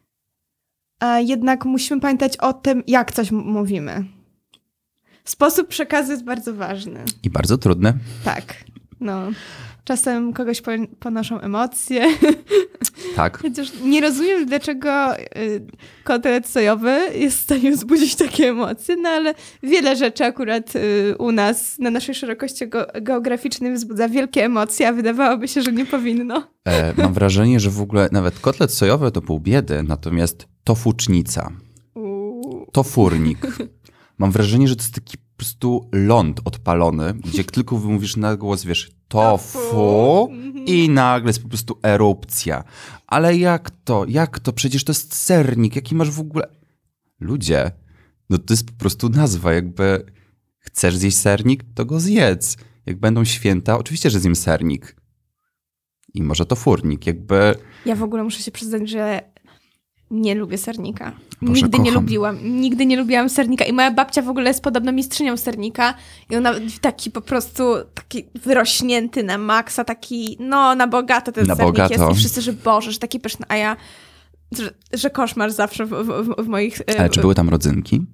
e, jednak musimy pamiętać o tym, jak coś m- mówimy. Sposób przekazu jest bardzo ważny. I bardzo trudny. Tak, no. Czasem kogoś po- ponoszą emocje. Tak. Chociaż nie rozumiem, dlaczego y, kotlet sojowy jest w stanie wzbudzić takie emocje, no ale wiele rzeczy akurat y, u nas, na naszej szerokości ge- geograficznej wzbudza wielkie emocje, a wydawałoby się, że nie powinno. E, mam wrażenie, że w ogóle nawet kotlet sojowy to pół biedy, natomiast tofucznica, Uuu. tofurnik. Mam wrażenie, że to jest taki po prostu ląd odpalony, gdzie tylko wymówisz na głos, wiesz, tofu, tofu. I nagle jest po prostu erupcja. Ale jak to? Jak to? Przecież to jest sernik. Jaki masz w ogóle... Ludzie, no to jest po prostu nazwa. Jakby chcesz zjeść sernik, to go zjedz. Jak będą święta, oczywiście, że zjem sernik. I może to furnik. Jakby... Ja w ogóle muszę się przyznać, że nie lubię sernika. Boże, nigdy kocham. nie lubiłam. Nigdy nie lubiłam sernika. I moja babcia w ogóle jest podobno mistrzynią sernika. I ona taki po prostu, taki wyrośnięty na maksa, taki, no na bogato ten na sernik bogato. jest. I wszyscy, że Boże, że taki pyszny. A ja, że, że koszmar zawsze w, w, w moich... Ale czy były tam rodzynki?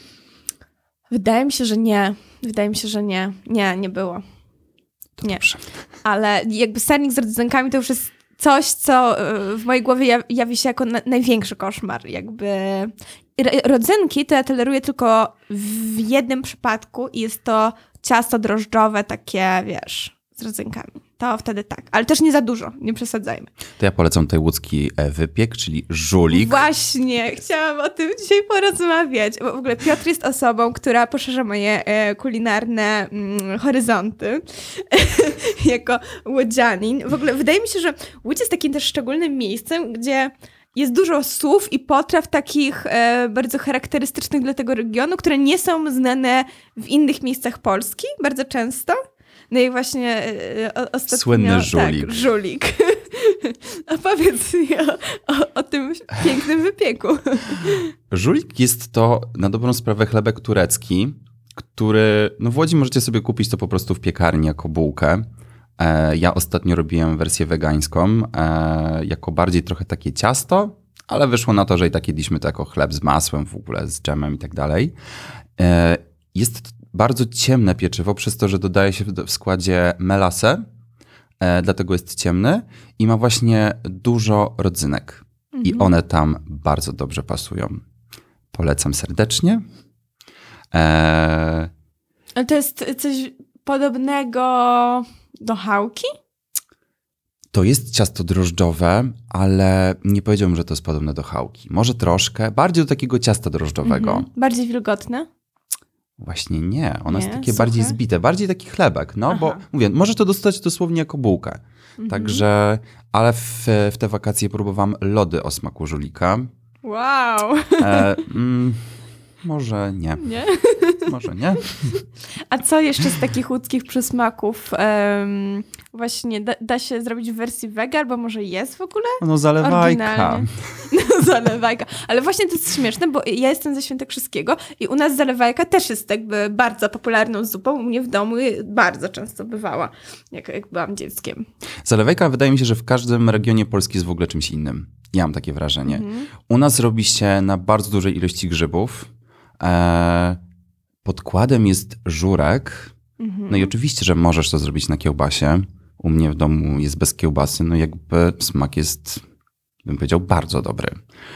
Wydaje mi się, że nie. Wydaje mi się, że nie. Nie, nie było. To nie. Dobrze. Ale jakby sernik z rodzynkami to już jest coś, co w mojej głowie jawi się jako na, największy koszmar. Jakby rodzynki to ja toleruję tylko w jednym przypadku i jest to ciasto drożdżowe takie, wiesz, z rodzynkami. To wtedy tak. Ale też nie za dużo, nie przesadzajmy. To ja polecam tutaj łódzki wypiek, czyli żulik. Właśnie, chciałam o tym dzisiaj porozmawiać. Bo w ogóle Piotr jest osobą, która poszerza moje e, kulinarne mm, horyzonty jako łodzianin. W ogóle wydaje mi się, że Łódź jest takim też szczególnym miejscem, gdzie jest dużo słów i potraw takich e, bardzo charakterystycznych dla tego regionu, które nie są znane w innych miejscach Polski bardzo często. No i właśnie e, o, ostatnio... Słynny żulik. Tak, żulik. A powiedz mi o, o, o tym pięknym wypieku. Żulik jest to na dobrą sprawę chlebek turecki, który no w Łodzi możecie sobie kupić to po prostu w piekarni jako bułkę. E, ja ostatnio robiłem wersję wegańską, e, jako bardziej trochę takie ciasto, ale wyszło na to, że i tak jedliśmy to jako chleb z masłem w ogóle, z dżemem i tak dalej. E, jest to bardzo ciemne pieczywo, przez to, że dodaje się w składzie melasę, e, dlatego jest ciemny i ma właśnie dużo rodzynek. Mhm. I one tam bardzo dobrze pasują. Polecam serdecznie. E... Ale to jest coś podobnego do chałki? To jest ciasto drożdżowe, ale nie powiedziałbym, że to jest podobne do chałki. Może troszkę, bardziej do takiego ciasta drożdżowego. Mhm. Bardziej wilgotne? Właśnie nie, ono nie, jest takie suche? bardziej zbite, bardziej taki chlebek, no Aha. bo mówię, może to dostać dosłownie jako bułkę. Mhm. Także, ale w, w te wakacje próbowałam lody o smaku żulika. Wow! E, mm, może nie. Nie? Może nie. A co jeszcze z takich łódzkich przysmaków um, właśnie da, da się zrobić w wersji wege, albo może jest w ogóle? No zalewajka. No zalewajka. Ale właśnie to jest śmieszne, bo ja jestem ze Świętokrzyskiego i u nas zalewajka też jest jakby bardzo popularną zupą. U mnie w domu bardzo często bywała, jak, jak byłam dzieckiem. Zalewajka wydaje mi się, że w każdym regionie Polski jest w ogóle czymś innym. Ja mam takie wrażenie. Mhm. U nas robi się na bardzo dużej ilości grzybów. E, podkładem jest żurek, No i oczywiście, że możesz to zrobić na kiełbasie. U mnie w domu jest bez kiełbasy, no jakby smak jest, bym powiedział, bardzo dobry.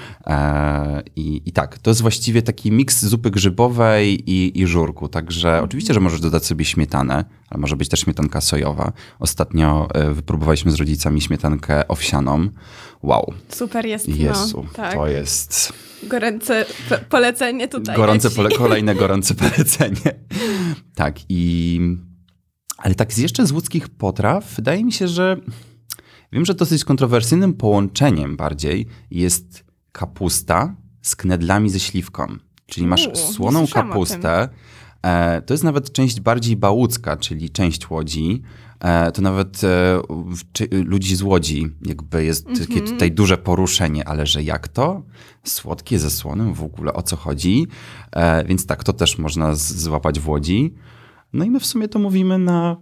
Eee, i, I tak, to jest właściwie taki miks zupy grzybowej i, i żurku, także oczywiście, że możesz dodać sobie śmietanę, ale może być też śmietanka sojowa. Ostatnio e, wypróbowaliśmy z rodzicami śmietankę owsianą. Wow. Super jest. Jezu, no, tak. to jest... Gorące po- polecenie tutaj. Gorące leci. pole, kolejne gorące polecenie. Tak i... Ale tak z jeszcze z łódzkich potraw, wydaje mi się, że wiem, że dosyć kontrowersyjnym połączeniem bardziej jest kapusta z knedlami ze śliwką. Czyli masz Uuu, słoną nie słyszałam o kapustę. E, to jest nawet część bardziej bałucka, czyli część Łodzi. E, to nawet e, w- czy, ludzi z Łodzi jakby jest takie tutaj duże poruszenie, ale że jak to? Słodkie ze słonym w ogóle, o co chodzi? E, więc tak, to też można z- złapać w Łodzi. No i my w sumie to mówimy na...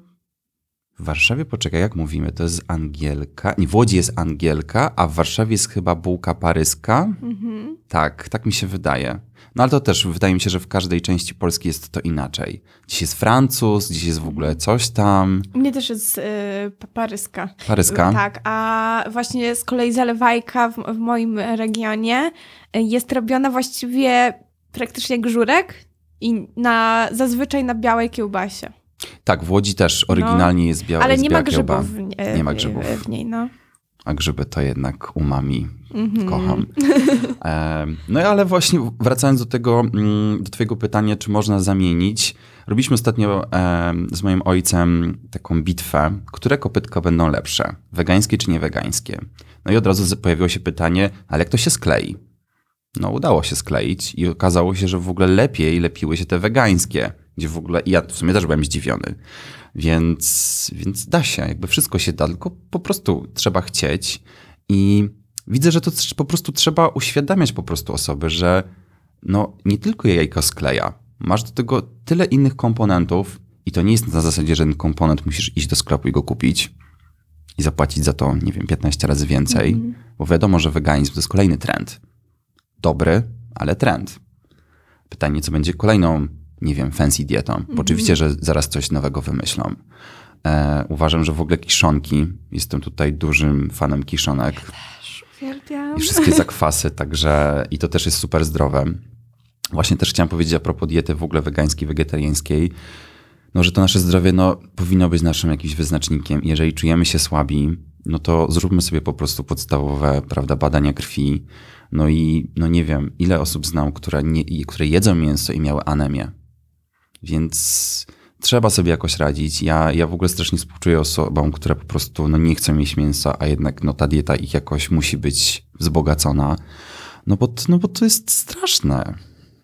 W Warszawie, poczekaj, jak mówimy? To jest angielka. Nie, w Łodzi jest angielka, a w Warszawie jest chyba bułka paryska. Mhm. Tak, tak mi się wydaje. No ale to też wydaje mi się, że w każdej części Polski jest to inaczej. Dziś jest Francuz, dziś jest w ogóle coś tam. U mnie też jest y, pa- paryska. Paryska. Tak, a właśnie z kolei zalewajka w, w moim regionie y, jest robiona właściwie praktycznie jak żurek i na, zazwyczaj na białej kiełbasie. Tak, w Łodzi też oryginalnie jest biała No, Ale jest nie biała ma kiełba. grzybów w, nie- Nie ma w- grzybów. w niej, no. A grzyby to jednak umami. Mhm. Kocham. Em, No ale właśnie wracając do tego, mm, do twojego pytania, czy można zamienić. Robiliśmy ostatnio em, z moim ojcem taką bitwę, które kopytka będą lepsze, wegańskie czy nie wegańskie. No i od razu z- pojawiło się pytanie, ale jak to się sklei? No udało się skleić i okazało się, że w ogóle lepiej lepiły się te wegańskie, gdzie w ogóle, i ja w sumie też byłem zdziwiony. Więc, więc da się, jakby wszystko się da, tylko po prostu trzeba chcieć i widzę, że to trz- po prostu trzeba uświadamiać po prostu osoby, że no nie tylko jajko skleja, masz do tego tyle innych komponentów i to nie jest na zasadzie, że ten komponent musisz iść do sklepu i go kupić i zapłacić za to, nie wiem, piętnaście razy więcej, bo wiadomo, że weganizm to jest kolejny trend. Dobry, ale trend. Pytanie, co będzie kolejną, nie wiem, fancy dietą. Bo oczywiście, że zaraz coś nowego wymyślą. E, uważam, że w ogóle kiszonki, jestem tutaj dużym fanem kiszonek Uwielbiam. i wszystkie zakwasy, także i to też jest super zdrowe. Właśnie też chciałam powiedzieć a propos diety w ogóle wegańskiej, wegetariańskiej, no, że to nasze zdrowie no, powinno być naszym jakimś wyznacznikiem. Jeżeli czujemy się słabi, no to zróbmy sobie po prostu podstawowe, prawda, badania krwi. No i no nie wiem, ile osób znam, które, nie, które jedzą mięso i miały anemię. Więc trzeba sobie jakoś radzić. Ja, ja w ogóle strasznie współczuję osobom, które po prostu no, nie chcą jeść mięsa, a jednak no, ta dieta ich jakoś musi być wzbogacona. No bo, no bo to jest straszne.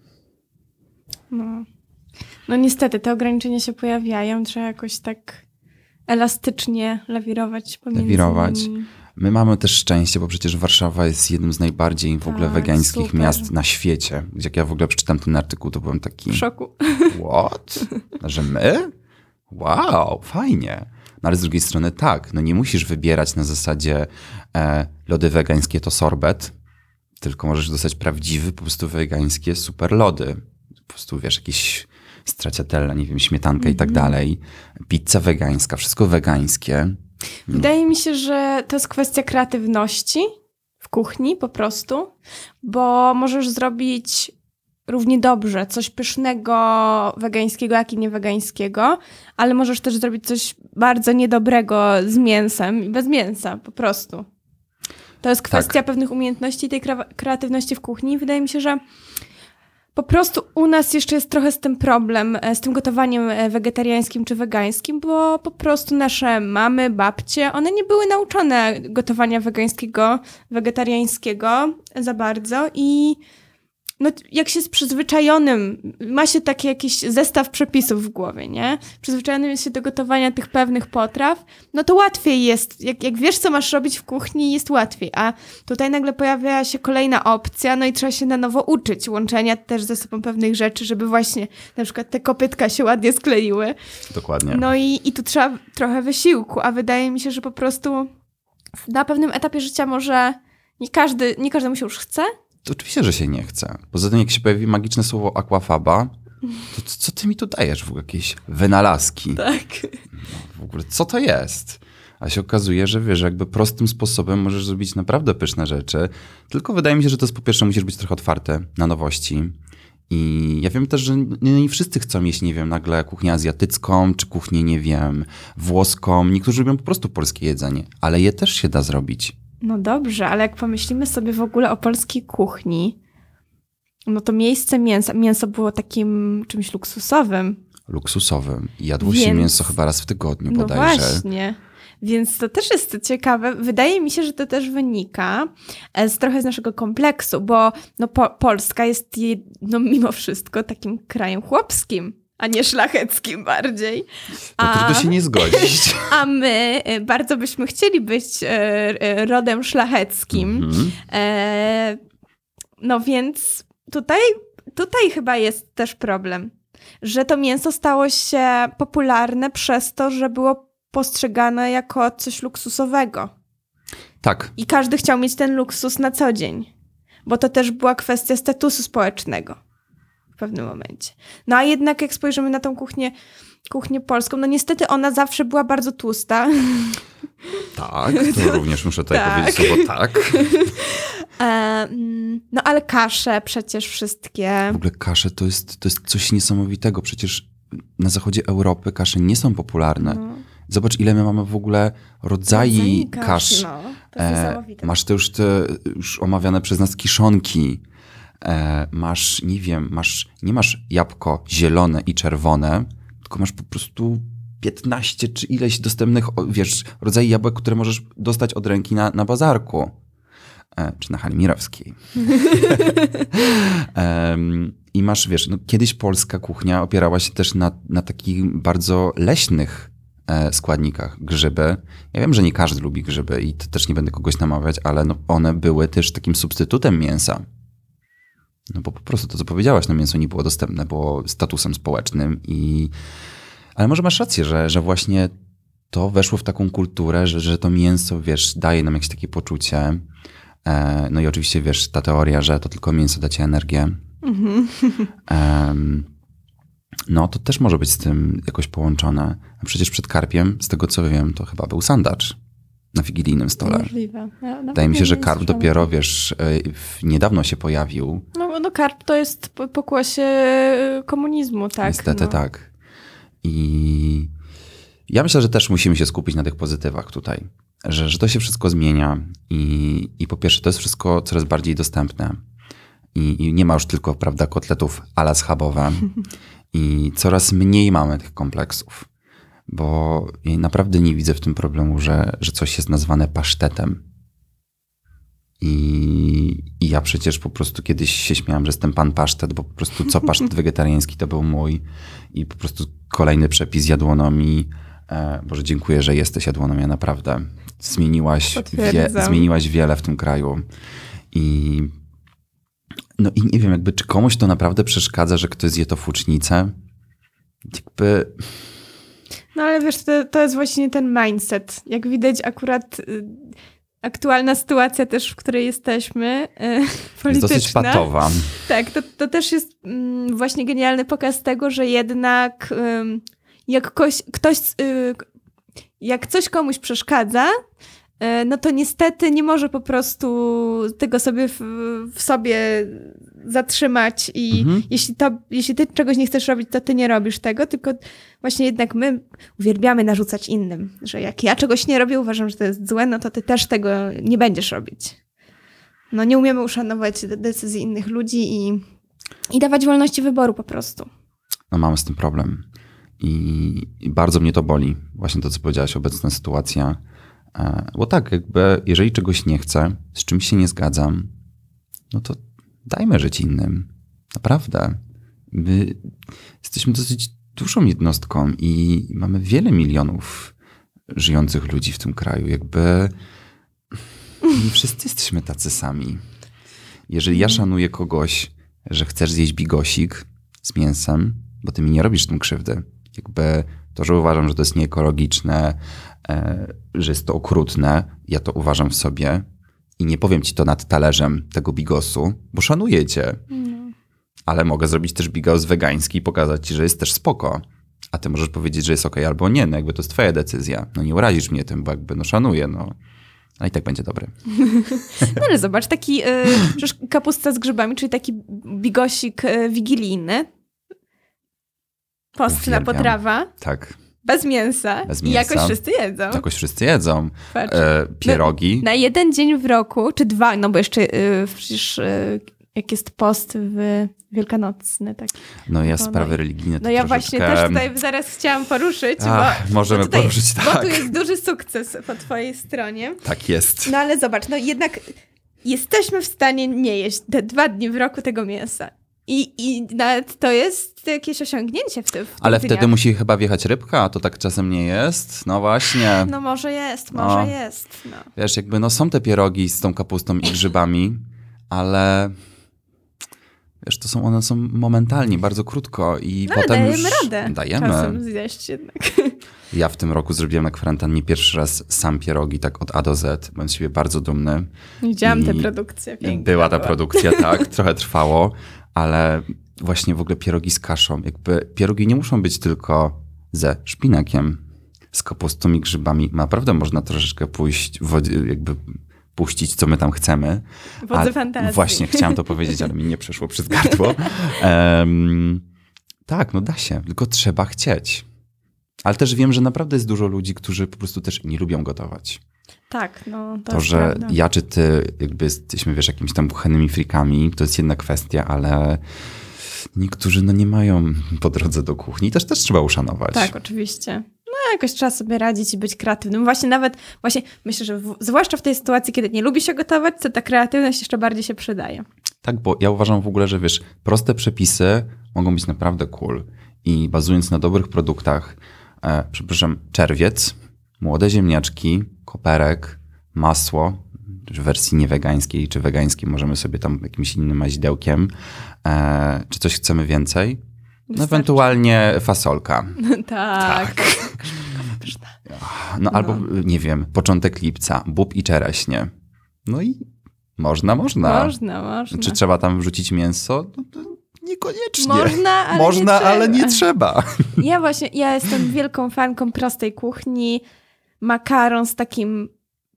No. no niestety, te ograniczenia się pojawiają. Trzeba jakoś tak elastycznie lawirować pomiędzy Lawirować. nimi. My mamy też szczęście, bo przecież Warszawa jest jednym z najbardziej w ogóle Tak, wegańskich super. miast na świecie. Gdzie jak ja w ogóle przeczytam ten artykuł, to byłem taki... W szoku. What? Że my? Wow, fajnie. No ale z drugiej strony tak, no nie musisz wybierać na zasadzie e, lody wegańskie to sorbet, tylko możesz dostać prawdziwy, po prostu wegańskie super lody. Po prostu wiesz, jakieś stracciatella, nie wiem, śmietanka i tak dalej. Pizza wegańska, wszystko wegańskie. Wydaje mi się, że to jest kwestia kreatywności w kuchni po prostu, bo możesz zrobić równie dobrze coś pysznego wegańskiego, jak i niewegańskiego, ale możesz też zrobić coś bardzo niedobrego z mięsem i bez mięsa po prostu. To jest kwestia Tak. pewnych umiejętności i tej kra- kreatywności w kuchni. Wydaje mi się, że po prostu u nas jeszcze jest trochę z tym problem, e, z tym gotowaniem e, wegetariańskim czy wegańskim, bo po prostu nasze mamy, babcie, one nie były nauczone gotowania wegańskiego, wegetariańskiego za bardzo i no, jak się jest przyzwyczajonym, ma się taki jakiś zestaw przepisów w głowie, nie? Przyzwyczajonym jest się do gotowania tych pewnych potraw, no to łatwiej jest. Jak, jak wiesz, co masz robić w kuchni, jest łatwiej. A tutaj nagle pojawia się kolejna opcja, no i trzeba się na nowo uczyć łączenia też ze sobą pewnych rzeczy, żeby właśnie na przykład te kopytka się ładnie skleiły. Dokładnie. No i, i tu trzeba trochę wysiłku, a wydaje mi się, że po prostu na pewnym etapie życia może nie każdy, nie każdemu się już chce. To oczywiście, że się nie chce. Poza tym, jak się pojawi magiczne słowo aquafaba, To, to, co ty mi tu dajesz? W ogóle jakieś wynalazki. Tak. No, w ogóle co to jest? A się okazuje, że wiesz, jakby prostym sposobem możesz zrobić naprawdę pyszne rzeczy. Tylko wydaje mi się, że to jest po pierwsze musisz być trochę otwarty na nowości. I ja wiem też, że nie, nie wszyscy chcą jeść, nie wiem, nagle kuchnię azjatycką, czy kuchnię, nie wiem, włoską. Niektórzy lubią po prostu polskie jedzenie, ale je też się da zrobić. No dobrze, ale jak pomyślimy sobie w ogóle o polskiej kuchni, no to miejsce mięsa, mięso było takim czymś luksusowym. Luksusowym. Jadło się Więc- mięso chyba raz w tygodniu No bodajże. właśnie. Więc to też jest ciekawe. Wydaje mi się, że to też wynika e, z trochę z naszego kompleksu, bo no, po, Polska jest je, no, mimo wszystko takim krajem chłopskim, a nie szlacheckim bardziej. To trudno się nie zgodzić. A my e, bardzo byśmy chcieli być e, e, rodem szlacheckim. Mhm. E, no więc tutaj, tutaj chyba jest też problem, że to mięso stało się popularne przez to, że było postrzegane jako coś luksusowego. Tak. I każdy chciał mieć ten luksus na co dzień, bo to też była kwestia statusu społecznego w pewnym momencie. No a jednak jak spojrzymy na tą kuchnię, kuchnię polską, no niestety ona zawsze była bardzo tłusta. Tak, to również muszę tutaj Tak. powiedzieć słowo tak. E, mm, no ale kasze przecież wszystkie. W ogóle kasze to jest, to jest coś niesamowitego. Przecież na zachodzie Europy kasze nie są popularne. No. Zobacz, ile my mamy w ogóle rodzajów Rodzajni kasz. No, to jest E, niesamowite. masz te już te już omawiane przez nas kiszonki. E, masz, nie wiem, masz, nie masz jabłko zielone i czerwone, tylko masz po prostu piętnaście czy ileś dostępnych, o, wiesz, rodzajów jabłek, które możesz dostać od ręki na, na bazarku. E, czy na hali mirowskiej. Em, I masz, wiesz, no, kiedyś polska kuchnia opierała się też na, na takich bardzo leśnych e, składnikach. Grzyby. Ja wiem, że nie każdy lubi grzyby i to też nie będę kogoś namawiać, ale no, one były też takim substytutem mięsa. No bo po prostu to, co powiedziałaś, no mięso nie było dostępne, było statusem społecznym i... Ale może masz rację, że, że właśnie to weszło w taką kulturę, że, że to mięso, wiesz, daje nam jakieś takie poczucie. E, no i oczywiście, wiesz, ta teoria, że to tylko mięso da ci energię. Em, no to też może być z tym jakoś połączone. A przecież przed karpiem, z tego co wiem, to chyba był sandacz na wigilijnym stole. Możliwe. Ja nawet Wydaje mi się, nie że karp słyszałam. dopiero, wiesz, e, w- niedawno się pojawił. No, no karp to jest po- pokłosie komunizmu, tak. Niestety no. tak. I ja myślę, że też musimy się skupić na tych pozytywach tutaj. Że, że to się wszystko zmienia i, i po pierwsze to jest wszystko coraz bardziej dostępne. I, i nie ma już tylko, prawda, kotletów a la schabowe. I coraz mniej mamy tych kompleksów. Bo ja naprawdę nie widzę w tym problemu, że, że coś jest nazwane pasztetem. I, I ja przecież po prostu kiedyś się śmiałam, że jestem pan pasztet, bo po prostu co pasztet wegetariański to był mój. I po prostu kolejny przepis jadłonomii. E, Boże, dziękuję, że jesteś jadłonomia, naprawdę. Zmieniłaś, wie, Potwierdzam. zmieniłaś wiele w tym kraju. I no i nie wiem, jakby czy komuś to naprawdę przeszkadza, że ktoś zje to fucznicę? Jakby... No ale wiesz, to, to jest właśnie ten mindset. Jak widać akurat y, aktualna sytuacja też, w której jesteśmy, y, Jest polityczna. dosyć patowa. Tak, to, to też jest mm, właśnie genialny pokaz tego, że jednak ym, jak koś, ktoś, y, jak coś komuś przeszkadza, y, no to niestety nie może po prostu tego sobie w, w sobie zatrzymać i Mhm. jeśli, to, jeśli ty czegoś nie chcesz robić, to ty nie robisz tego, tylko właśnie jednak my uwielbiamy narzucać innym, że jak ja czegoś nie robię, uważam, że to jest złe, no to ty też tego nie będziesz robić. No nie umiemy uszanować de- decyzji innych ludzi i, i dawać wolności wyboru po prostu. No mamy z tym problem. I, I bardzo mnie to boli. Właśnie to, co powiedziałaś, obecna sytuacja. E, Bo tak, jakby jeżeli czegoś nie chcę, z czymś się nie zgadzam, no to dajmy żyć innym. Naprawdę. My jesteśmy dosyć dużą jednostką i mamy wiele milionów żyjących ludzi w tym kraju. Jakby nie wszyscy jesteśmy tacy sami. Jeżeli ja szanuję kogoś, że chcesz zjeść bigosik z mięsem, bo ty mi nie robisz tym krzywdy. Jakby to, że uważam, że to jest nieekologiczne, e, że jest to okrutne, ja to uważam w sobie i nie powiem ci to nad talerzem tego bigosu, bo szanuję cię. ale mogę zrobić też bigos wegański i pokazać ci, że jest też spoko. A ty możesz powiedzieć, że jest okej albo nie, no jakby to jest twoja decyzja. No nie urazisz mnie tym, bo jakby no szanuję, no. Ale i tak będzie dobry. No ale zobacz, taki y, przecież kapusta z grzybami, czyli taki bigosik y, wigilijny. Postna Uwielbiam. potrawa. Tak. Bez mięsa. Bez I mięsa. jakoś wszyscy jedzą. Jakoś wszyscy jedzą. Patrz. E, pierogi. Na jeden dzień w roku, czy dwa, no bo jeszcze y, przecież y, jak jest post w wielkanocny. Tak. No ja No, sprawy no, religijne to No ja troszeczkę... właśnie też tutaj zaraz chciałam poruszyć, Ach, bo, możemy bo tutaj, poruszyć, tak. bo tu jest duży sukces po twojej stronie. Tak jest. No ale zobacz, no jednak jesteśmy w stanie nie jeść te dwa dni w roku tego mięsa. I, i nawet to jest jakieś osiągnięcie w tym. W tych Ale dniach. wtedy musi chyba wjechać rybka, a to tak czasem nie jest. No właśnie. No może jest, może No. jest. No. Wiesz, jakby no są te pierogi z tą kapustą i grzybami, ale wiesz, to są, one są momentalnie, bardzo krótko i No ale potem dajemy już radę dajemy. czasem zjeść jednak. Ja w tym roku zrobiłem na kwarantannie pierwszy raz sam pierogi, tak od A do Z. Byłem z siebie bardzo dumny. Widziałam I tę produkcję. Piękna Była ta była. produkcja, tak, trochę trwało, ale właśnie w ogóle pierogi z kaszą. Jakby pierogi nie muszą być tylko ze szpinakiem, z kapustą i grzybami. Naprawdę można troszeczkę pójść, w, jakby puścić, co my tam chcemy. Wodze A- fantazji. Właśnie, chciałam to powiedzieć, ale mi nie przeszło przez gardło. Um, tak, no da się, tylko trzeba chcieć. Ale też wiem, że naprawdę jest dużo ludzi, którzy po prostu też nie lubią gotować. Tak, no to, To, jest że prawda. ja czy ty jakby jesteśmy, wiesz, jakimiś tam kuchennymi frikami, to jest jedna kwestia, ale niektórzy no nie mają po drodze do kuchni. Też też trzeba uszanować. Tak, oczywiście. No jakoś trzeba sobie radzić i być kreatywnym. Właśnie nawet, właśnie myślę, że w, zwłaszcza w tej sytuacji, kiedy nie lubi się gotować, to ta kreatywność jeszcze bardziej się przydaje. Tak, bo ja uważam w ogóle, że wiesz, proste przepisy mogą być naprawdę cool. I bazując na dobrych produktach, e, przepraszam, czerwiec, młode ziemniaczki, koperek, masło, w wersji niewegańskiej czy wegańskiej możemy sobie tam jakimś innym mazidełkiem, e, czy coś chcemy więcej, no Wystarczy. ewentualnie fasolka. tak. No, albo, nie wiem, początek lipca, bób i czereśnie. No i można, można. Można, można. Czy trzeba tam wrzucić mięso? No, to niekoniecznie. Można, ale Można, nie trzeba. ale nie trzeba. Ja właśnie, ja jestem wielką fanką prostej kuchni. Makaron z takim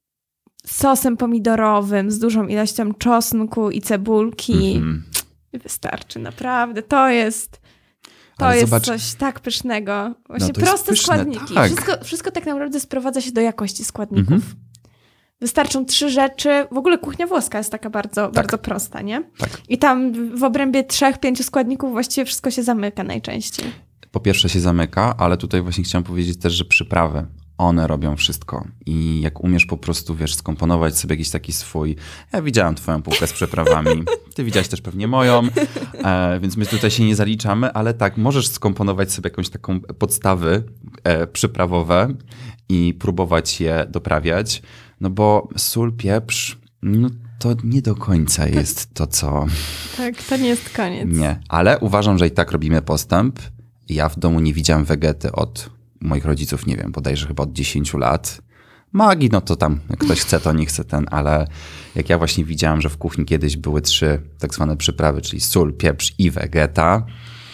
sosem pomidorowym, z dużą ilością czosnku i cebulki. Mhm. Wystarczy, naprawdę. To jest... To Ale jest zobacz- coś tak pysznego. Właśnie No to jest proste pyszne, składniki. tak. Wszystko, wszystko tak naprawdę sprowadza się do jakości składników. Mhm. Wystarczą trzy rzeczy. W ogóle kuchnia włoska jest taka bardzo, bardzo prosta, nie? Tak. I tam w obrębie trzech, pięciu składników właściwie wszystko się zamyka najczęściej. Po pierwsze się zamyka, ale tutaj właśnie chciałem powiedzieć też, że przyprawy, one robią wszystko. I jak umiesz po prostu, wiesz, skomponować sobie jakiś taki swój... Ja widziałem twoją półkę z przyprawami. Ty widziałaś też pewnie moją, e, więc my tutaj się nie zaliczamy, ale tak, możesz skomponować sobie jakąś taką podstawy e, przyprawowe i próbować je doprawiać, no bo sól, pieprz, no to nie do końca jest to, co... Tak, to nie jest koniec. Nie, ale uważam, że i tak robimy postęp. Ja w domu nie widziałem wegety od moich rodziców, nie wiem, bodajże chyba od dziesięciu lat. Magii, no to tam, jak ktoś chce, to nie chce ten, ale jak ja właśnie widziałem, że w kuchni kiedyś były trzy tak zwane przyprawy, czyli sól, pieprz i wegeta.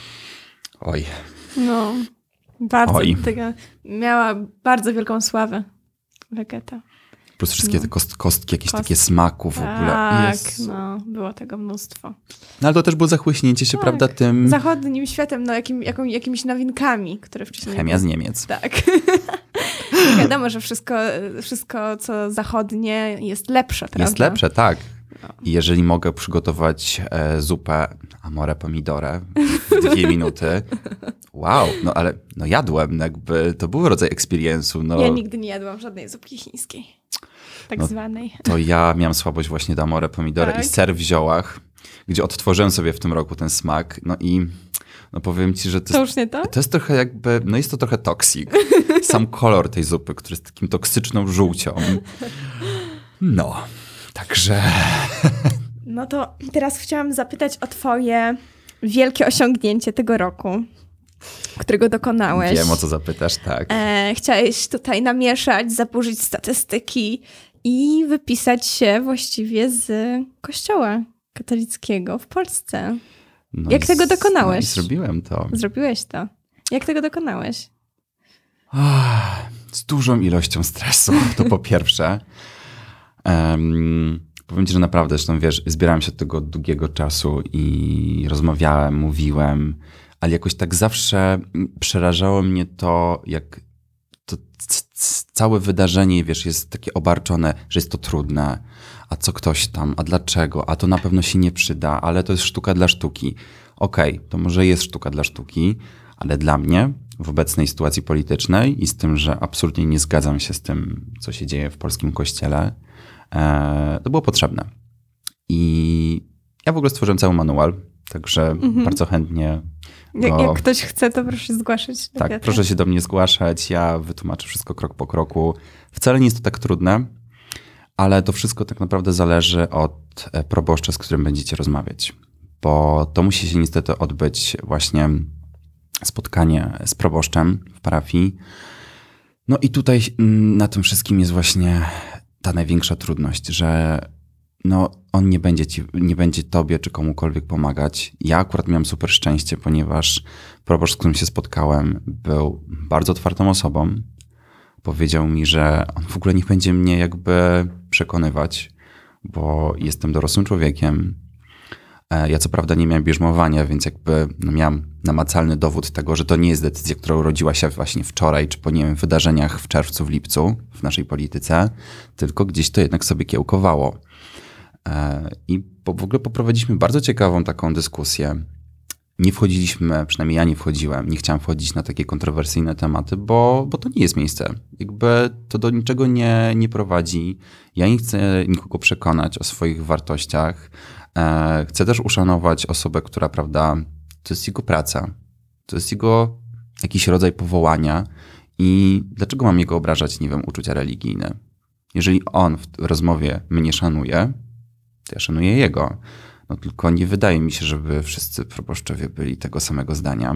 Oj, No, bardzo Oj. tego, miała bardzo wielką sławę Vegeta. plus wszystkie No. te kost, kostki, jakieś Kostki. takie smaku w ogóle. Tak, Jezu. no, było tego mnóstwo. No ale to też było zachłyśnięcie się, Tak. prawda, tym... Zachodnim światem, no, jakim, jaką, jakimiś nowinkami, które wcześniej... nie Chemia z były. Niemiec. Tak. Wiadomo, że wszystko, wszystko, co zachodnie jest lepsze, prawda? Jest lepsze, tak. No. I jeżeli mogę przygotować e, zupę amore pomidore w dwie minuty, wow, no ale no jadłem, jakby to był rodzaj experience'u. No, Ja nigdy nie jadłam żadnej zupki chińskiej. Tak No, zwanej. to ja miałem słabość właśnie do amore pomidore Tak. i ser w ziołach, gdzie odtworzyłem sobie w tym roku ten smak. No i no powiem ci, że to To jest, już nie to? to jest trochę jakby, no jest to trochę toksik. Sam kolor tej zupy, który jest takim toksyczną żółcią. No, także... No to teraz chciałam zapytać o twoje wielkie osiągnięcie tego roku, którego dokonałeś. Wiem, o co zapytasz, tak. E, chciałeś tutaj namieszać, zaburzyć statystyki i wypisać się właściwie z kościoła katolickiego w Polsce. No Jak i tego z- dokonałeś? No i zrobiłem to. Zrobiłeś to. Jak tego dokonałeś? Ach, z dużą ilością stresu, to po pierwsze. Um, powiem ci, że naprawdę, zresztą wiesz, zbierałem się od tego długiego czasu i rozmawiałem, mówiłem, ale jakoś tak zawsze przerażało mnie to, jak to c- c- całe wydarzenie, wiesz, jest takie obarczone, że jest to trudne, a co ktoś tam, a dlaczego, a to na pewno się nie przyda, ale to jest sztuka dla sztuki. Okej, to może jest sztuka dla sztuki, ale dla mnie w obecnej sytuacji politycznej i z tym, że absolutnie nie zgadzam się z tym, co się dzieje w polskim kościele, e, to było potrzebne. I ja w ogóle stworzyłem cały manual, także Mhm. bardzo chętnie Jak, go... jak ktoś chce, to proszę się zgłaszać. do Tak, Piotra. proszę się do mnie zgłaszać, ja wytłumaczę wszystko krok po kroku. Wcale nie jest to tak trudne, ale to wszystko tak naprawdę zależy od e, proboszcza, z którym będziecie rozmawiać. Bo to musi się niestety odbyć właśnie spotkanie z proboszczem w parafii. No i tutaj mm, na tym wszystkim jest właśnie ta największa trudność, że no, on nie będzie ci, nie będzie tobie czy komukolwiek pomagać. Ja akurat miałem super szczęście, ponieważ proboszcz, z którym się spotkałem, był bardzo otwartą osobą. Powiedział mi, że on w ogóle nie będzie mnie jakby przekonywać, bo jestem dorosłym człowiekiem. E, Ja co prawda nie miałem bierzmowania, więc jakby no, miałem namacalny dowód tego, że to nie jest decyzja, która urodziła się właśnie wczoraj, czy po nie wiem, wydarzeniach w czerwcu, w lipcu w naszej polityce, tylko gdzieś to jednak sobie kiełkowało. E, I po, w ogóle poprowadziliśmy bardzo ciekawą taką dyskusję. Nie wchodziliśmy, przynajmniej ja nie wchodziłem, nie chciałem wchodzić na takie kontrowersyjne tematy, bo, bo to nie jest miejsce. Jakby to do niczego nie, nie prowadzi. Ja nie chcę nikogo przekonać o swoich wartościach. E, chcę też uszanować osobę, która, prawda, to jest jego praca. To jest jego jakiś rodzaj powołania i dlaczego mam jego obrażać, nie wiem, uczucia religijne? Jeżeli on w rozmowie mnie szanuje, to ja szanuję jego. No tylko nie wydaje mi się, żeby wszyscy proboszczowie byli tego samego zdania.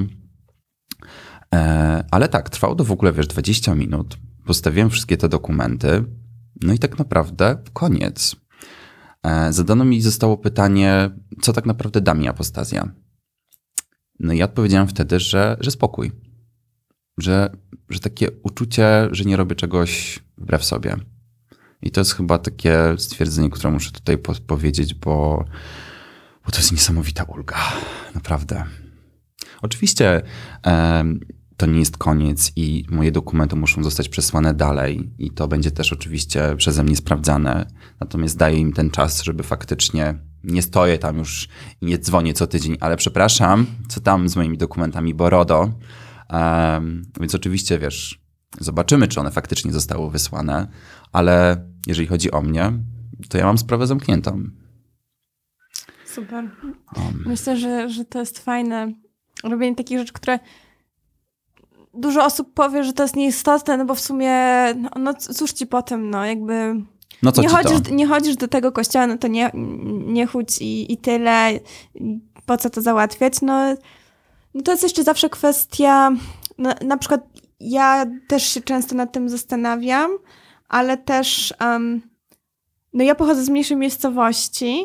E, ale tak, trwało to w ogóle, wiesz, dwadzieścia minut. Postawiłem wszystkie te dokumenty. No i tak naprawdę koniec. E, zadano mi zostało pytanie, co tak naprawdę da mi apostazja. No i ja odpowiedziałem wtedy, że, że spokój. Że, że takie uczucie, że nie robię czegoś wbrew sobie. I to jest chyba takie stwierdzenie, które muszę tutaj po- powiedzieć, bo, bo to jest niesamowita ulga. Naprawdę. Oczywiście em, to nie jest koniec i moje dokumenty muszą zostać przesłane dalej i to będzie też oczywiście przeze mnie sprawdzane. Natomiast daję im ten czas, żeby faktycznie nie stoję tam już i nie dzwonię co tydzień, ale przepraszam, co tam z moimi dokumentami, bo RODO. Um, więc oczywiście, wiesz, zobaczymy, czy one faktycznie zostały wysłane, ale jeżeli chodzi o mnie, to ja mam sprawę zamkniętą. Super. Um, Myślę, że, że to jest fajne. Robienie takich rzeczy, które dużo osób powie, że to jest nieistotne, no bo w sumie, no, no cóż ci po tym, no jakby no co nie ci chodzisz, to? nie chodzisz do tego kościoła, no to nie, nie chudź i, i tyle. I po co to załatwiać? No, no to jest jeszcze zawsze kwestia, na, na przykład ja też się często nad tym zastanawiam, ale też um, no ja pochodzę z mniejszej miejscowości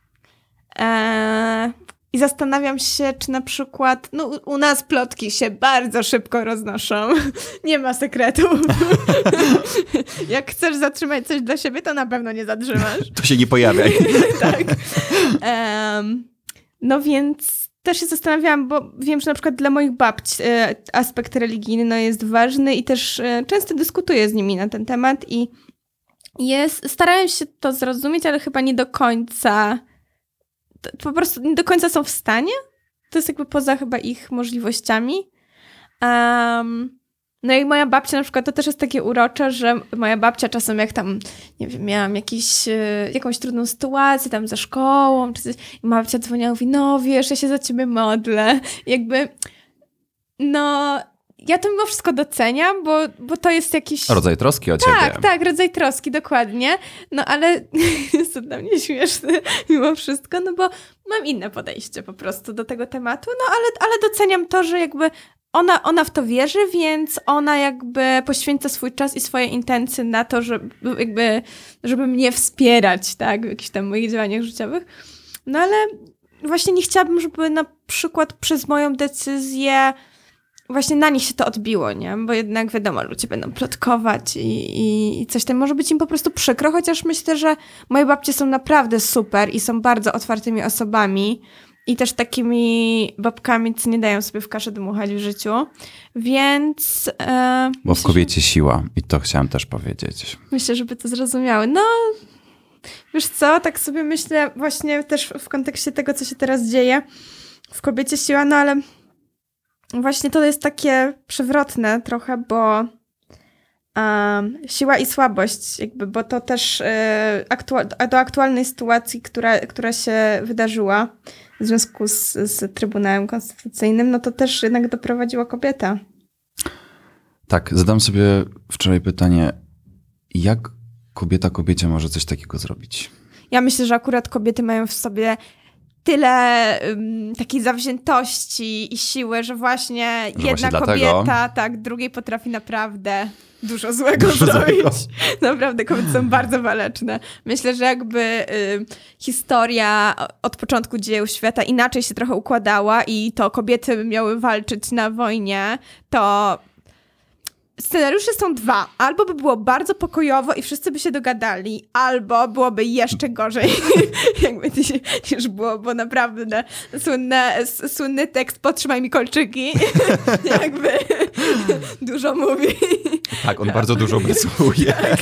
e, i zastanawiam się, czy na przykład, no u- u nas plotki się bardzo szybko roznoszą. Nie ma sekretów. Jak chcesz zatrzymać coś dla siebie, to na pewno nie zatrzymasz. To się nie pojawiaj. Tak. Em, no więc też się zastanawiałam, bo wiem, że na przykład dla moich babci e, aspekt religijny no, jest ważny i też e, często dyskutuję z nimi na ten temat i jest, starałem się to zrozumieć, ale chyba nie do końca, to, po prostu nie do końca są w stanie. To jest jakby poza chyba ich możliwościami. Um, no i moja babcia na przykład, to też jest takie urocze, że moja babcia czasem jak tam, nie wiem, miałam jakiś, e, jakąś trudną sytuację tam ze szkołą, czy coś, i moja babcia dzwoniła i mówi, no wiesz, ja się za ciebie modlę. I jakby, no, ja to mimo wszystko doceniam, bo, bo to jest jakiś... Rodzaj troski o Tak, ciebie. tak, rodzaj troski, dokładnie. No ale jest to dla mnie śmieszne mimo wszystko, no bo mam inne podejście po prostu do tego tematu, no ale, ale doceniam to, że jakby ona, ona w to wierzy, więc ona jakby poświęca swój czas i swoje intencje na to, żeby, jakby, żeby mnie wspierać, tak, w jakichś tam moich działaniach życiowych. No ale właśnie nie chciałabym, żeby na przykład przez moją decyzję właśnie na nich się to odbiło, nie? Bo jednak wiadomo, ludzie będą plotkować i, i, i coś tam może być im po prostu przykro, chociaż myślę, że moje babcie są naprawdę super i są bardzo otwartymi osobami i też takimi babkami, co nie dają sobie w kaszę dmuchać w życiu, więc... E, Bo myślę, w kobiecie siła i to chciałam też powiedzieć. Myślę, żeby to zrozumiały. No, wiesz co, tak sobie myślę właśnie też w kontekście tego, co się teraz dzieje w kobiecie siła, no ale właśnie to jest takie przewrotne trochę, bo um, siła i słabość, jakby, bo to też y, aktua- do aktualnej sytuacji, która, która się wydarzyła w związku z, z Trybunałem Konstytucyjnym, no to też jednak doprowadziła kobieta. Tak, zadam sobie wczoraj pytanie, jak kobieta kobiecie może coś takiego zrobić? Ja myślę, że akurat kobiety mają w sobie tyle um, takiej zawziętości i siły, że właśnie Że jedna właśnie kobieta, dlatego... tak, drugiej potrafi naprawdę dużo złego Dużo zrobić. złego. Naprawdę kobiety są bardzo waleczne. Myślę, że jakby y, historia od początku dziejów świata inaczej się trochę układała i to kobiety miały walczyć na wojnie, to scenariusze są dwa. Albo by było bardzo pokojowo i wszyscy by się dogadali, albo byłoby jeszcze gorzej, jakby niż było, bo naprawdę słynne, s- słynny tekst "Potrzymaj mi kolczyki" jakby dużo mówi. Tak, on bardzo dużo obrysuje. Tak.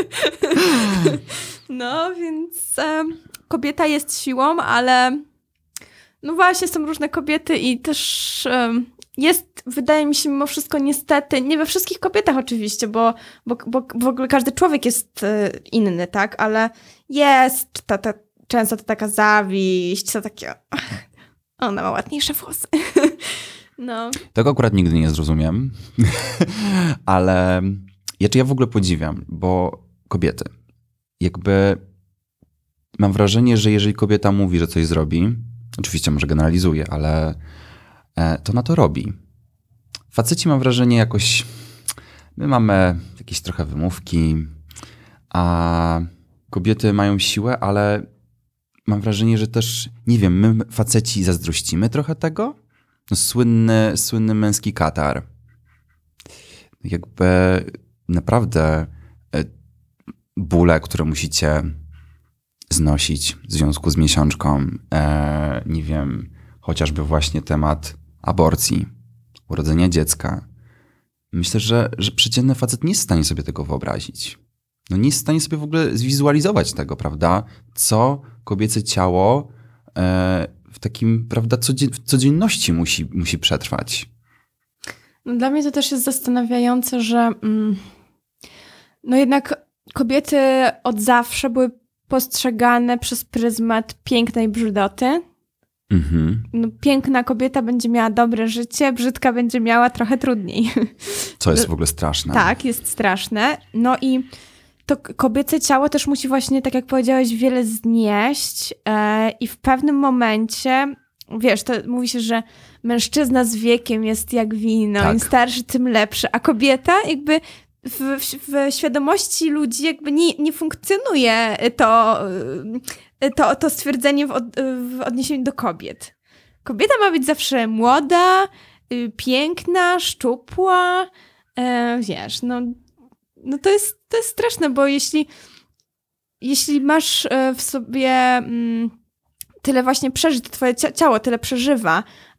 No, więc um, kobieta jest siłą, ale no właśnie są różne kobiety i też um, jest, wydaje mi się, mimo wszystko niestety, nie we wszystkich kobietach oczywiście, bo, bo, bo w ogóle każdy człowiek jest y, inny, tak, ale jest ta, ta, często to taka zawiść, to takie, ach, ona ma ładniejsze włosy. No. Tego akurat nigdy nie zrozumiem, ale ja, czy ja w ogóle podziwiam, bo kobiety, jakby mam wrażenie, że jeżeli kobieta mówi, że coś zrobi, oczywiście może generalizuje, ale to na to robi. Faceci mam wrażenie jakoś, my mamy jakieś trochę wymówki, a kobiety mają siłę, ale mam wrażenie, że też, nie wiem, my faceci zazdrościmy trochę tego. No, słynny, słynny męski katar. Jakby naprawdę bóle, które musicie znosić w związku z miesiączką, e, nie wiem, chociażby właśnie temat aborcji, urodzenia dziecka. Myślę, że, że przeciętny facet nie jest w stanie sobie tego wyobrazić. No nie jest w stanie sobie w ogóle zwizualizować tego, prawda? Co kobiece ciało e, w takim, prawda, codzien- w codzienności musi, musi przetrwać. No dla mnie to też jest zastanawiające, że mm, no jednak kobiety od zawsze były postrzegane przez pryzmat pięknej brzydoty. Mhm. No, piękna kobieta będzie miała dobre życie, brzydka będzie miała trochę trudniej. Co jest w ogóle straszne. Tak, jest straszne. No i to kobiece ciało też musi właśnie, tak jak powiedziałeś, wiele znieść e, i w pewnym momencie, wiesz, to mówi się, że mężczyzna z wiekiem jest jak wino, Tak. im starszy, tym lepszy, a kobieta jakby w, w, w świadomości ludzi jakby nie, nie funkcjonuje to, to, to stwierdzenie w, od, w odniesieniu do kobiet. Kobieta ma być zawsze młoda, y, piękna, szczupła, e, wiesz, no, no to jest, to jest straszne, bo jeśli, jeśli masz w sobie mm, tyle właśnie przeżyć, to twoje ciało tyle przeżywa,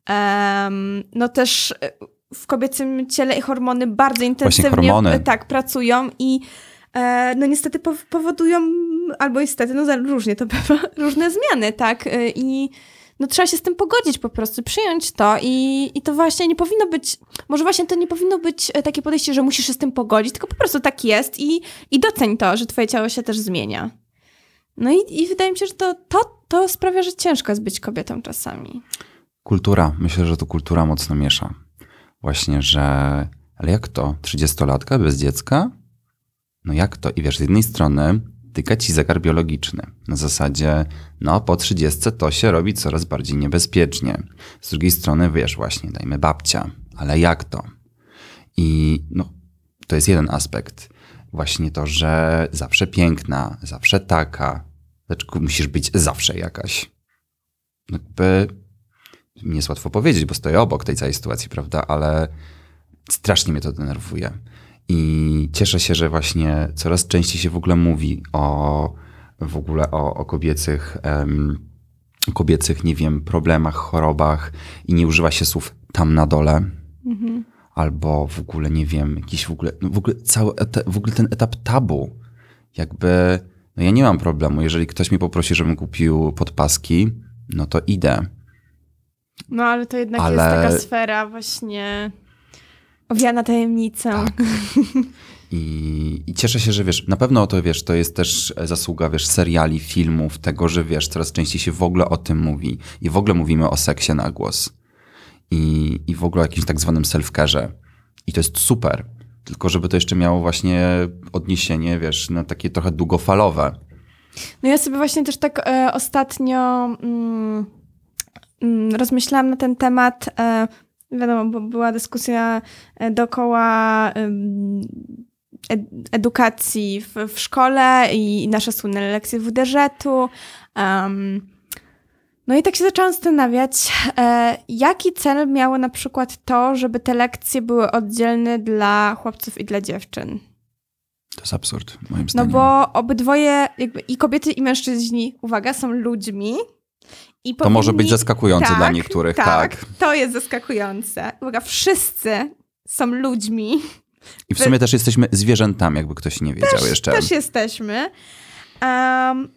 um, no też w kobiecym ciele hormony bardzo intensywnie hormony. tak pracują i e, no niestety powodują, albo niestety, no różnie to bywa, różne zmiany, tak, i no trzeba się z tym pogodzić po prostu, przyjąć to i, i to właśnie nie powinno być, może właśnie to nie powinno być takie podejście, że musisz się z tym pogodzić, tylko po prostu tak jest i, i doceń to, że twoje ciało się też zmienia. No i, i wydaje mi się, że to, to, to sprawia, że ciężko jest być kobietą czasami. Kultura. Myślę, że to kultura mocno miesza. Właśnie, że ale jak to? trzydziestolatka bez dziecka? No jak to? I wiesz, z jednej strony tyka ci zegar biologiczny. Na zasadzie, no po trzydziestce to się robi coraz bardziej niebezpiecznie. Z drugiej strony, wiesz, właśnie, dajmy babcia. Ale jak to? I no, to jest jeden aspekt. Właśnie to, że zawsze piękna, zawsze taka. Dlaczego musisz być zawsze jakaś? jakby mi jest łatwo powiedzieć, bo stoję obok tej całej sytuacji, prawda, ale strasznie mnie to denerwuje. I cieszę się, że właśnie coraz częściej się w ogóle mówi o w ogóle o, o kobiecych, um, kobiecych, nie wiem, problemach, chorobach i nie używa się słów tam na dole. Mhm. Albo w ogóle, nie wiem, jakiś w ogóle, no w ogóle cały, eta, w ogóle ten etap tabu. Jakby, no ja nie mam problemu. Jeżeli ktoś mnie poprosi, żebym kupił podpaski, no to idę. No ale to jednak ale... jest taka sfera właśnie owiana tajemnicą. Tak. I, I cieszę się, że wiesz, na pewno to wiesz, to jest też zasługa, wiesz, seriali, filmów, tego, że wiesz, coraz częściej się w ogóle o tym mówi i w ogóle mówimy o seksie na głos i, i w ogóle o jakimś tak zwanym self-care'ze. I to jest super, tylko żeby to jeszcze miało właśnie odniesienie, wiesz, na takie trochę długofalowe. No ja sobie właśnie też tak e, ostatnio mm, mm, rozmyślałam na ten temat, e, wiadomo, bo była dyskusja dookoła edukacji w, w szkole i nasze słynne lekcje W D Żetu. Um, no i tak się zaczęłam zastanawiać, e, jaki cel miało na przykład to, żeby te lekcje były oddzielne dla chłopców i dla dziewczyn. To jest absurd, moim No zdaniem. bo obydwoje, jakby i kobiety, i mężczyźni, uwaga, są ludźmi. I to powinni... może być zaskakujące tak, dla niektórych, tak. tak. To jest zaskakujące. Uwaga, wszyscy są ludźmi. I w sumie też jesteśmy zwierzętami, jakby ktoś nie wiedział też, jeszcze. Też jesteśmy. Um,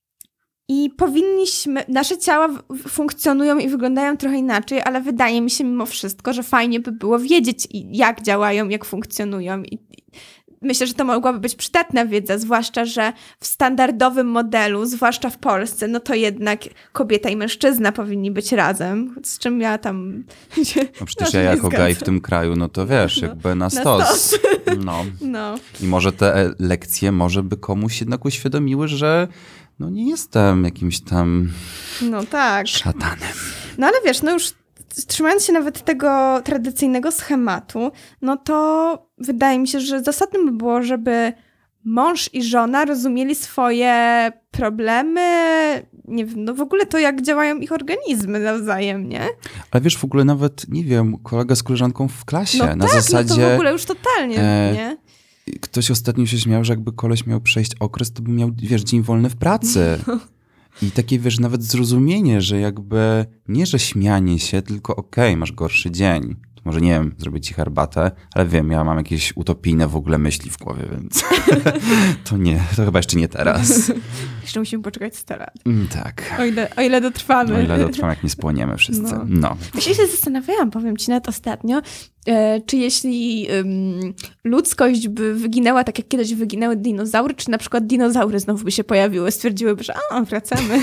I powinniśmy, nasze ciała w- funkcjonują i wyglądają trochę inaczej, ale wydaje mi się mimo wszystko, że fajnie by było wiedzieć, jak działają, jak funkcjonują. I, Myślę, że to mogłaby być przydatna wiedza, zwłaszcza, że w standardowym modelu, zwłaszcza w Polsce, no to jednak kobieta i mężczyzna powinni być razem, z czym ja tam... No przecież ja jako gej w tym kraju, no to wiesz, no, jakby na stos. Na stos. No. no. I może te lekcje może by komuś jednak uświadomiły, że no nie jestem jakimś tam no tak. szatanem. No ale wiesz, no już trzymając się nawet tego tradycyjnego schematu, no to wydaje mi się, że zasadnym by było, żeby mąż i żona rozumieli swoje problemy, nie wiem, no w ogóle to, jak działają ich organizmy nawzajem, nie? Ale wiesz, w ogóle nawet, nie wiem, kolega z koleżanką w klasie, no na tak, zasadzie... no to w ogóle już totalnie, e, nie? Ktoś ostatnio się śmiał, że jakby koleś miał przejść okres, to by miał, wiesz, dzień wolny w pracy. I takie, wiesz, nawet zrozumienie, że jakby nie, że śmianie się, tylko okej, okay, masz gorszy dzień. Może nie wiem, zrobię ci herbatę, ale wiem, ja mam jakieś utopijne w ogóle myśli w głowie, więc to nie, to chyba jeszcze nie teraz. Jeszcze musimy poczekać sto lat. Mm, tak. O ile, o ile dotrwamy. O ile dotrwamy, jak nie spłoniemy wszyscy. No. no. Właśnie się zastanawiałam, powiem ci nawet ostatnio, e, czy jeśli um, ludzkość by wyginęła tak, jak kiedyś wyginęły dinozaury, czy na przykład dinozaury znowu by się pojawiły, stwierdziłyby, że a, wracamy.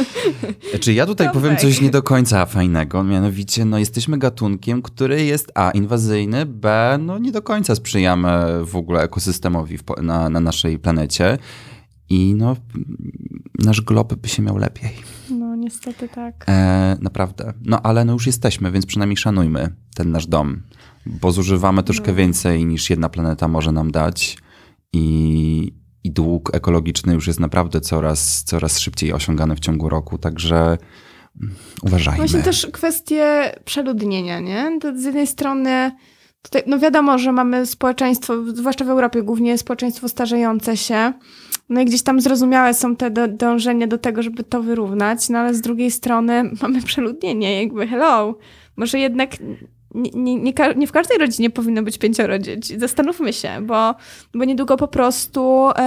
Czy ja tutaj Tomek. powiem coś nie do końca fajnego, mianowicie no jesteśmy gatunkiem, który jest a, inwazyjny, b, no nie do końca sprzyjamy w ogóle ekosystemowi w, na, na naszej planecie i no nasz glob by się miał lepiej. No niestety tak. E, naprawdę. No ale no już jesteśmy, więc przynajmniej szanujmy ten nasz dom, bo zużywamy troszkę no. więcej niż jedna planeta może nam dać i, i dług ekologiczny już jest naprawdę coraz, coraz szybciej osiągany w ciągu roku, także uważajmy. Właśnie też kwestie przeludnienia, nie? To z jednej strony, tutaj, no wiadomo, że mamy społeczeństwo, zwłaszcza w Europie głównie społeczeństwo starzejące się, no i gdzieś tam zrozumiałe są te do, dążenia do tego, żeby to wyrównać, no ale z drugiej strony mamy przeludnienie, jakby hello, może jednak nie, nie, nie, nie w każdej rodzinie powinno być pięcioro dzieci. Zastanówmy się, bo, bo niedługo po prostu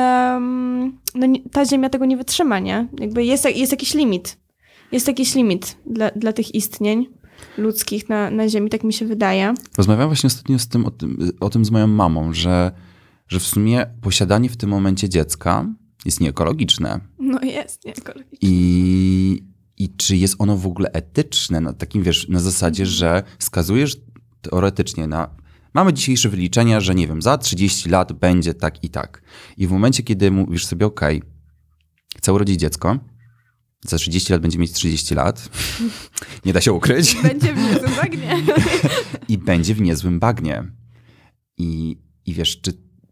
um, no, nie, ta ziemia tego nie wytrzyma, nie? Jakby jest, jest jakiś limit. Jest jakiś limit dla, dla tych istnień ludzkich na, na ziemi, tak mi się wydaje. Rozmawiałam właśnie ostatnio z tym, o, tym, o tym z moją mamą, że, że w sumie posiadanie w tym momencie dziecka jest nieekologiczne. No jest nieekologiczne. I, I czy jest ono w ogóle etyczne na takim, wiesz, na zasadzie, że skazujesz teoretycznie na... Mamy dzisiejsze wyliczenia, że nie wiem, za trzydzieści lat będzie tak i tak. I w momencie, kiedy mówisz sobie, okej, okay, chcę urodzić dziecko, za trzydzieści lat będzie mieć trzydzieści lat. Nie da się ukryć. Będzie w niezłym bagnie. I będzie w niezłym bagnie. I, i wiesz, czy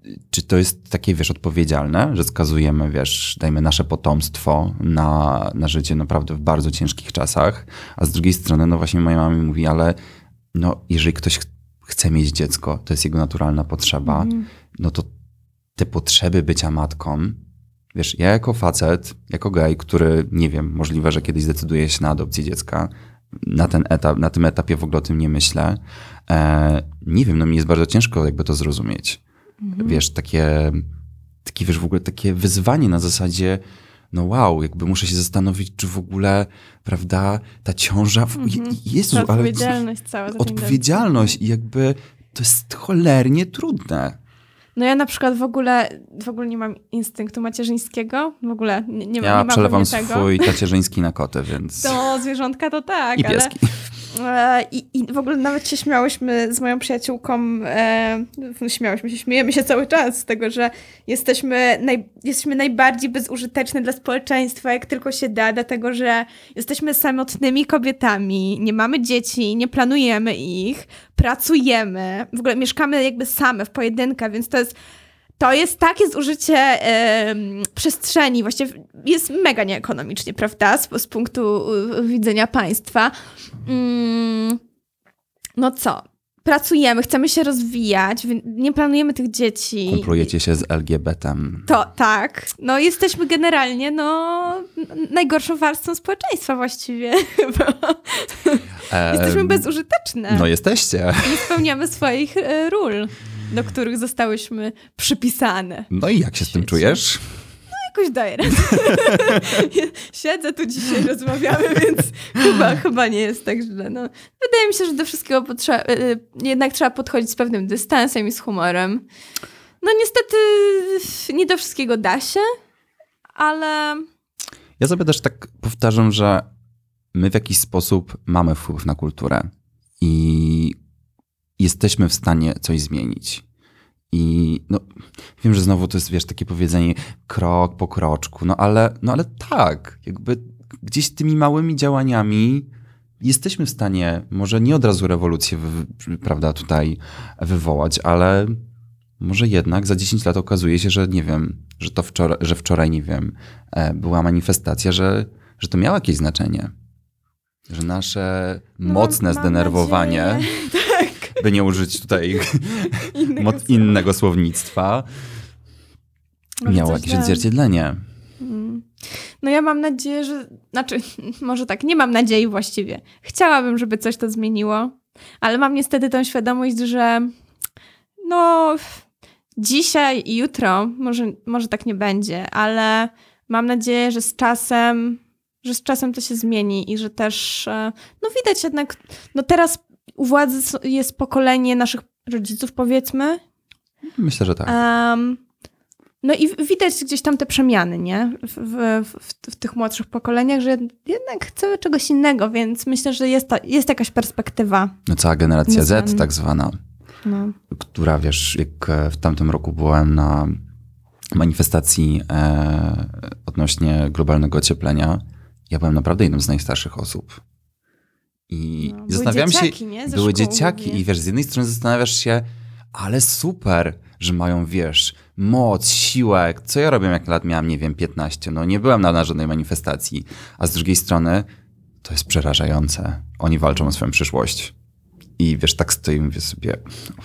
czy to jest takie, wiesz, odpowiedzialne, że skazujemy, wiesz, dajmy nasze potomstwo na, na życie naprawdę w bardzo ciężkich czasach, a z drugiej strony, no właśnie moja mama mi mówi, ale no jeżeli ktoś ch- chce mieć dziecko, to jest jego naturalna potrzeba, mm. no to te potrzeby bycia matką, wiesz, ja jako facet, jako gej, który, nie wiem, możliwe, że kiedyś zdecyduje się na adopcję dziecka, na ten etap, na tym etapie w ogóle o tym nie myślę, e, nie wiem, no mi jest bardzo ciężko jakby to zrozumieć. Mhm. Wiesz, takie, takie, wiesz, w ogóle takie wyzwanie na zasadzie, no wow, jakby muszę się zastanowić, czy w ogóle, prawda, ta ciąża, mhm. Jezu, ta odpowiedzialność ale cała. odpowiedzialność i jakby to jest cholernie trudne. No ja na przykład w ogóle, w ogóle nie mam instynktu macierzyńskiego, w ogóle nie, nie, ja nie mam przelewam tego. swój tacierzyński na koty, więc... To zwierzątka to tak, I pieski. Ale... I, I w ogóle nawet się śmiałyśmy z moją przyjaciółką, e, śmiałyśmy się, śmiejemy się cały czas z tego, że jesteśmy, naj, jesteśmy najbardziej bezużyteczne dla społeczeństwa, jak tylko się da, dlatego że jesteśmy samotnymi kobietami, nie mamy dzieci, nie planujemy ich, pracujemy, w ogóle mieszkamy jakby same w pojedynkę, więc to jest To jest takie zużycie e, przestrzeni, właściwie jest mega nieekonomicznie, prawda, z, z punktu widzenia państwa. Mm, no co, pracujemy, chcemy się rozwijać, nie planujemy tych dzieci. Kumplujecie się z L G B T-em. To tak, no jesteśmy generalnie no najgorszą warstwą społeczeństwa właściwie. Jesteśmy Ehm, bezużyteczne. No jesteście. Nie spełniamy swoich e, ról, do których zostałyśmy przypisane. No i jak się z tym czujesz? No jakoś daję radę. Siedzę tu dzisiaj, rozmawiamy, więc chyba, chyba nie jest tak źle. No, wydaje mi się, że do wszystkiego potrze- jednak trzeba podchodzić z pewnym dystansem i z humorem. No niestety nie do wszystkiego da się, ale... Ja sobie też tak powtarzam, że my w jakiś sposób mamy wpływ na kulturę i jesteśmy w stanie coś zmienić. I no, wiem, że znowu to jest, wiesz, takie powiedzenie krok po kroczku, no ale, no ale tak, jakby gdzieś tymi małymi działaniami jesteśmy w stanie, może nie od razu rewolucję, wy, prawda, tutaj wywołać, ale może jednak za dziesięć lat okazuje się, że nie wiem, że to wczoraj, że wczoraj, nie wiem, była manifestacja, że, że to miało jakieś znaczenie. Że nasze no, mocne mam, zdenerwowanie, mam tak. by nie użyć tutaj innego, moc, innego słownictwa, może miało jakieś odzwierciedlenie. Hmm. No ja mam nadzieję, że... Znaczy, może tak, nie mam nadziei właściwie. Chciałabym, żeby coś to zmieniło, ale mam niestety tą świadomość, że no dzisiaj i jutro może, może tak nie będzie, ale mam nadzieję, że z czasem... że z czasem to się zmieni i że też, no widać jednak, no teraz u władzy jest pokolenie naszych rodziców, powiedzmy. Myślę, że tak. Um, no i widać gdzieś tam te przemiany, nie? W, w, w, w tych młodszych pokoleniach, że jednak chcemy czegoś innego, więc myślę, że jest, ta, jest jakaś perspektywa. No cała generacja Z tak zwana, no. która, wiesz, jak w tamtym roku byłem na manifestacji e, odnośnie globalnego ocieplenia, ja byłem naprawdę jedną z najstarszych osób. I no, zastanawiam były dzieciaki, się, nie? Ze były szkół, dzieciaki mówię. i wiesz, z jednej strony zastanawiasz się, ale super, że mają, wiesz, moc, siłę. Co ja robię, jak lat miałam, nie wiem, piętnaście? No nie byłem na, na żadnej manifestacji. A z drugiej strony to jest przerażające. Oni walczą o swoją przyszłość. I wiesz, tak stoję i mówię sobie,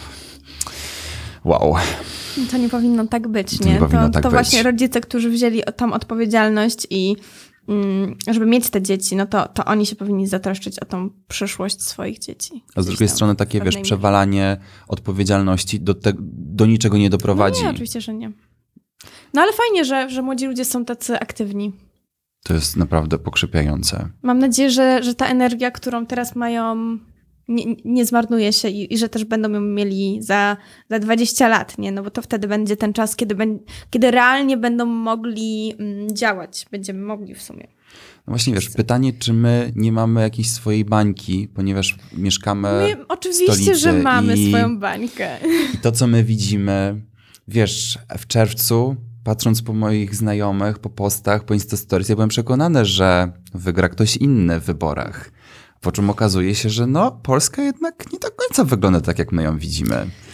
wow. To nie powinno tak być, To nie? nie powinno to tak to być. właśnie rodzice, którzy wzięli tam odpowiedzialność i mm, żeby mieć te dzieci, no to, to oni się powinni zatroszczyć o tą przyszłość swoich dzieci. A z drugiej tam, strony takie, w wiesz, pewnej przewalanie odpowiedzialności do, te, do niczego nie doprowadzi. No nie, oczywiście, że nie. No ale fajnie, że, że młodzi ludzie są tacy aktywni. To jest naprawdę pokrzepiające. Mam nadzieję, że, że ta energia, którą teraz mają, nie, nie zmarnuje się i, i że też będą ją mieli za, za dwadzieścia lat, nie? No bo to wtedy będzie ten czas, kiedy, ben, kiedy realnie będą mogli mm, działać. Będziemy mogli w sumie. No właśnie, wiesz, pytanie, czy my nie mamy jakiejś swojej bańki, ponieważ mieszkamy My, w oczywiście, stolicy że mamy i, swoją bańkę. I to, co my widzimy, wiesz, w czerwcu, patrząc po moich znajomych, po postach, po Instastories, ja byłem przekonany, że wygra ktoś inny w wyborach. Po czym okazuje się, że no, Polska jednak nie do końca wygląda tak, jak my ją widzimy.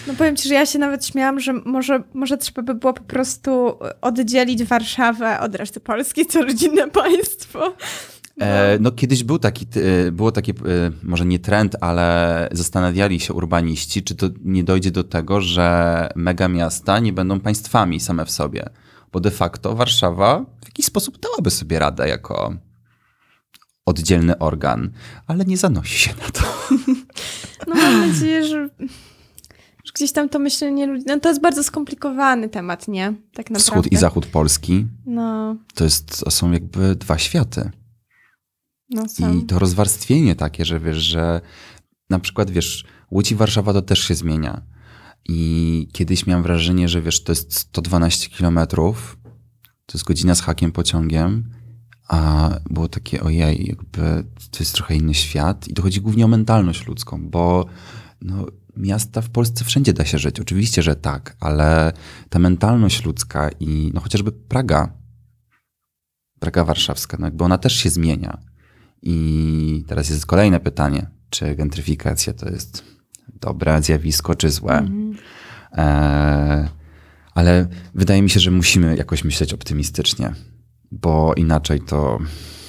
No powiem ci, że ja się nawet śmiałam, że może, może trzeba by było po prostu oddzielić Warszawę od reszty Polski, co rodzinne państwo. E, no kiedyś był taki, e, było taki, e, może nie trend, ale zastanawiali się urbaniści, czy to nie dojdzie do tego, że mega miasta nie będą państwami same w sobie. Bo de facto Warszawa w jakiś sposób dałaby sobie radę jako oddzielny organ, ale nie zanosi się na to. No mam nadzieję, że, że gdzieś tam to myślenie ludzi... No to jest bardzo skomplikowany temat, nie? Tak naprawdę. Wschód i zachód Polski No, to, jest, to są jakby dwa światy. no sam. I to rozwarstwienie takie, że wiesz, że na przykład wiesz, Łódź i Warszawa to też się zmienia. I kiedyś miałem wrażenie, że wiesz, to jest sto dwanaście kilometrów, to jest godzina z hakiem pociągiem, a było takie ojej, jakby to jest trochę inny świat i to chodzi głównie o mentalność ludzką, bo no, miasta w Polsce wszędzie da się żyć, oczywiście, że tak, ale ta mentalność ludzka i no chociażby Praga, Praga warszawska, no jakby ona też się zmienia. I teraz jest kolejne pytanie, czy gentryfikacja to jest dobre zjawisko, czy złe. Mm. E, ale wydaje mi się, że musimy jakoś myśleć optymistycznie, bo inaczej to...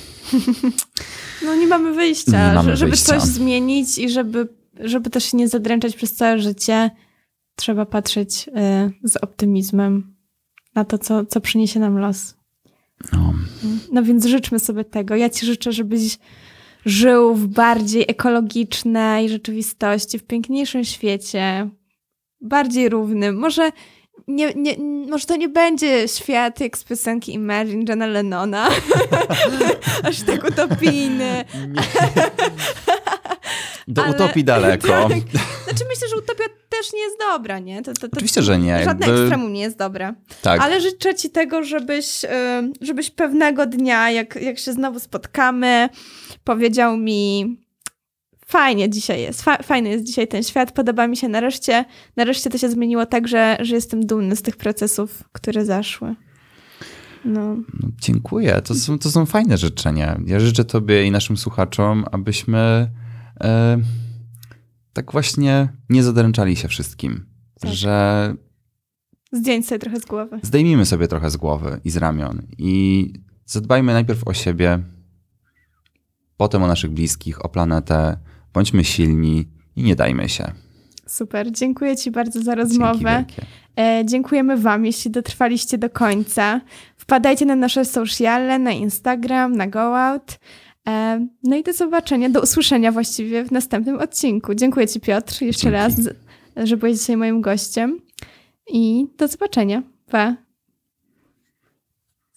No nie mamy wyjścia, nie mamy żeby wyjścia. coś zmienić i żeby, żeby też się nie zadręczać przez całe życie, trzeba patrzeć y, z optymizmem na to, co, co przyniesie nam los. No. No więc życzmy sobie tego. Ja ci życzę, żebyś żył w bardziej ekologicznej rzeczywistości, w piękniejszym świecie, bardziej równym. Może, nie, nie, może to nie będzie świat jak z piosenki Imagine Johna Lennona. Aż tak utopijny. Do Ale- utopii daleko. Tak. Znaczy myślę, że utopia też nie jest dobra, nie? To, to, to, Oczywiście, że nie. Żadne Jakby... ekstremum nie jest dobre. Tak. Ale życzę ci tego, żebyś, y, żebyś pewnego dnia, jak, jak się znowu spotkamy, powiedział mi fajnie dzisiaj jest, fa- fajny jest dzisiaj ten świat, podoba mi się nareszcie. Nareszcie to się zmieniło tak, że, że jestem dumny z tych procesów, które zaszły. No. No, dziękuję. To są, to są fajne życzenia. Ja życzę tobie i naszym słuchaczom, abyśmy e, tak właśnie nie zadręczali się wszystkim. Tak. Że Zdjąć sobie trochę z głowy. zdejmijmy sobie trochę z głowy i z ramion i zadbajmy najpierw o siebie, potem o naszych bliskich, o planetę. Bądźmy silni i nie dajmy się. Super, dziękuję ci bardzo za Dzięki rozmowę. wielkie. E, dziękujemy wam, jeśli dotrwaliście do końca. Wpadajcie na nasze sociale, na Instagram, na GoOut. E, no i do zobaczenia, do usłyszenia właściwie w następnym odcinku. Dziękuję ci, Piotr, jeszcze Dzięki. raz, że byłeś dzisiaj moim gościem. I do zobaczenia. Pa!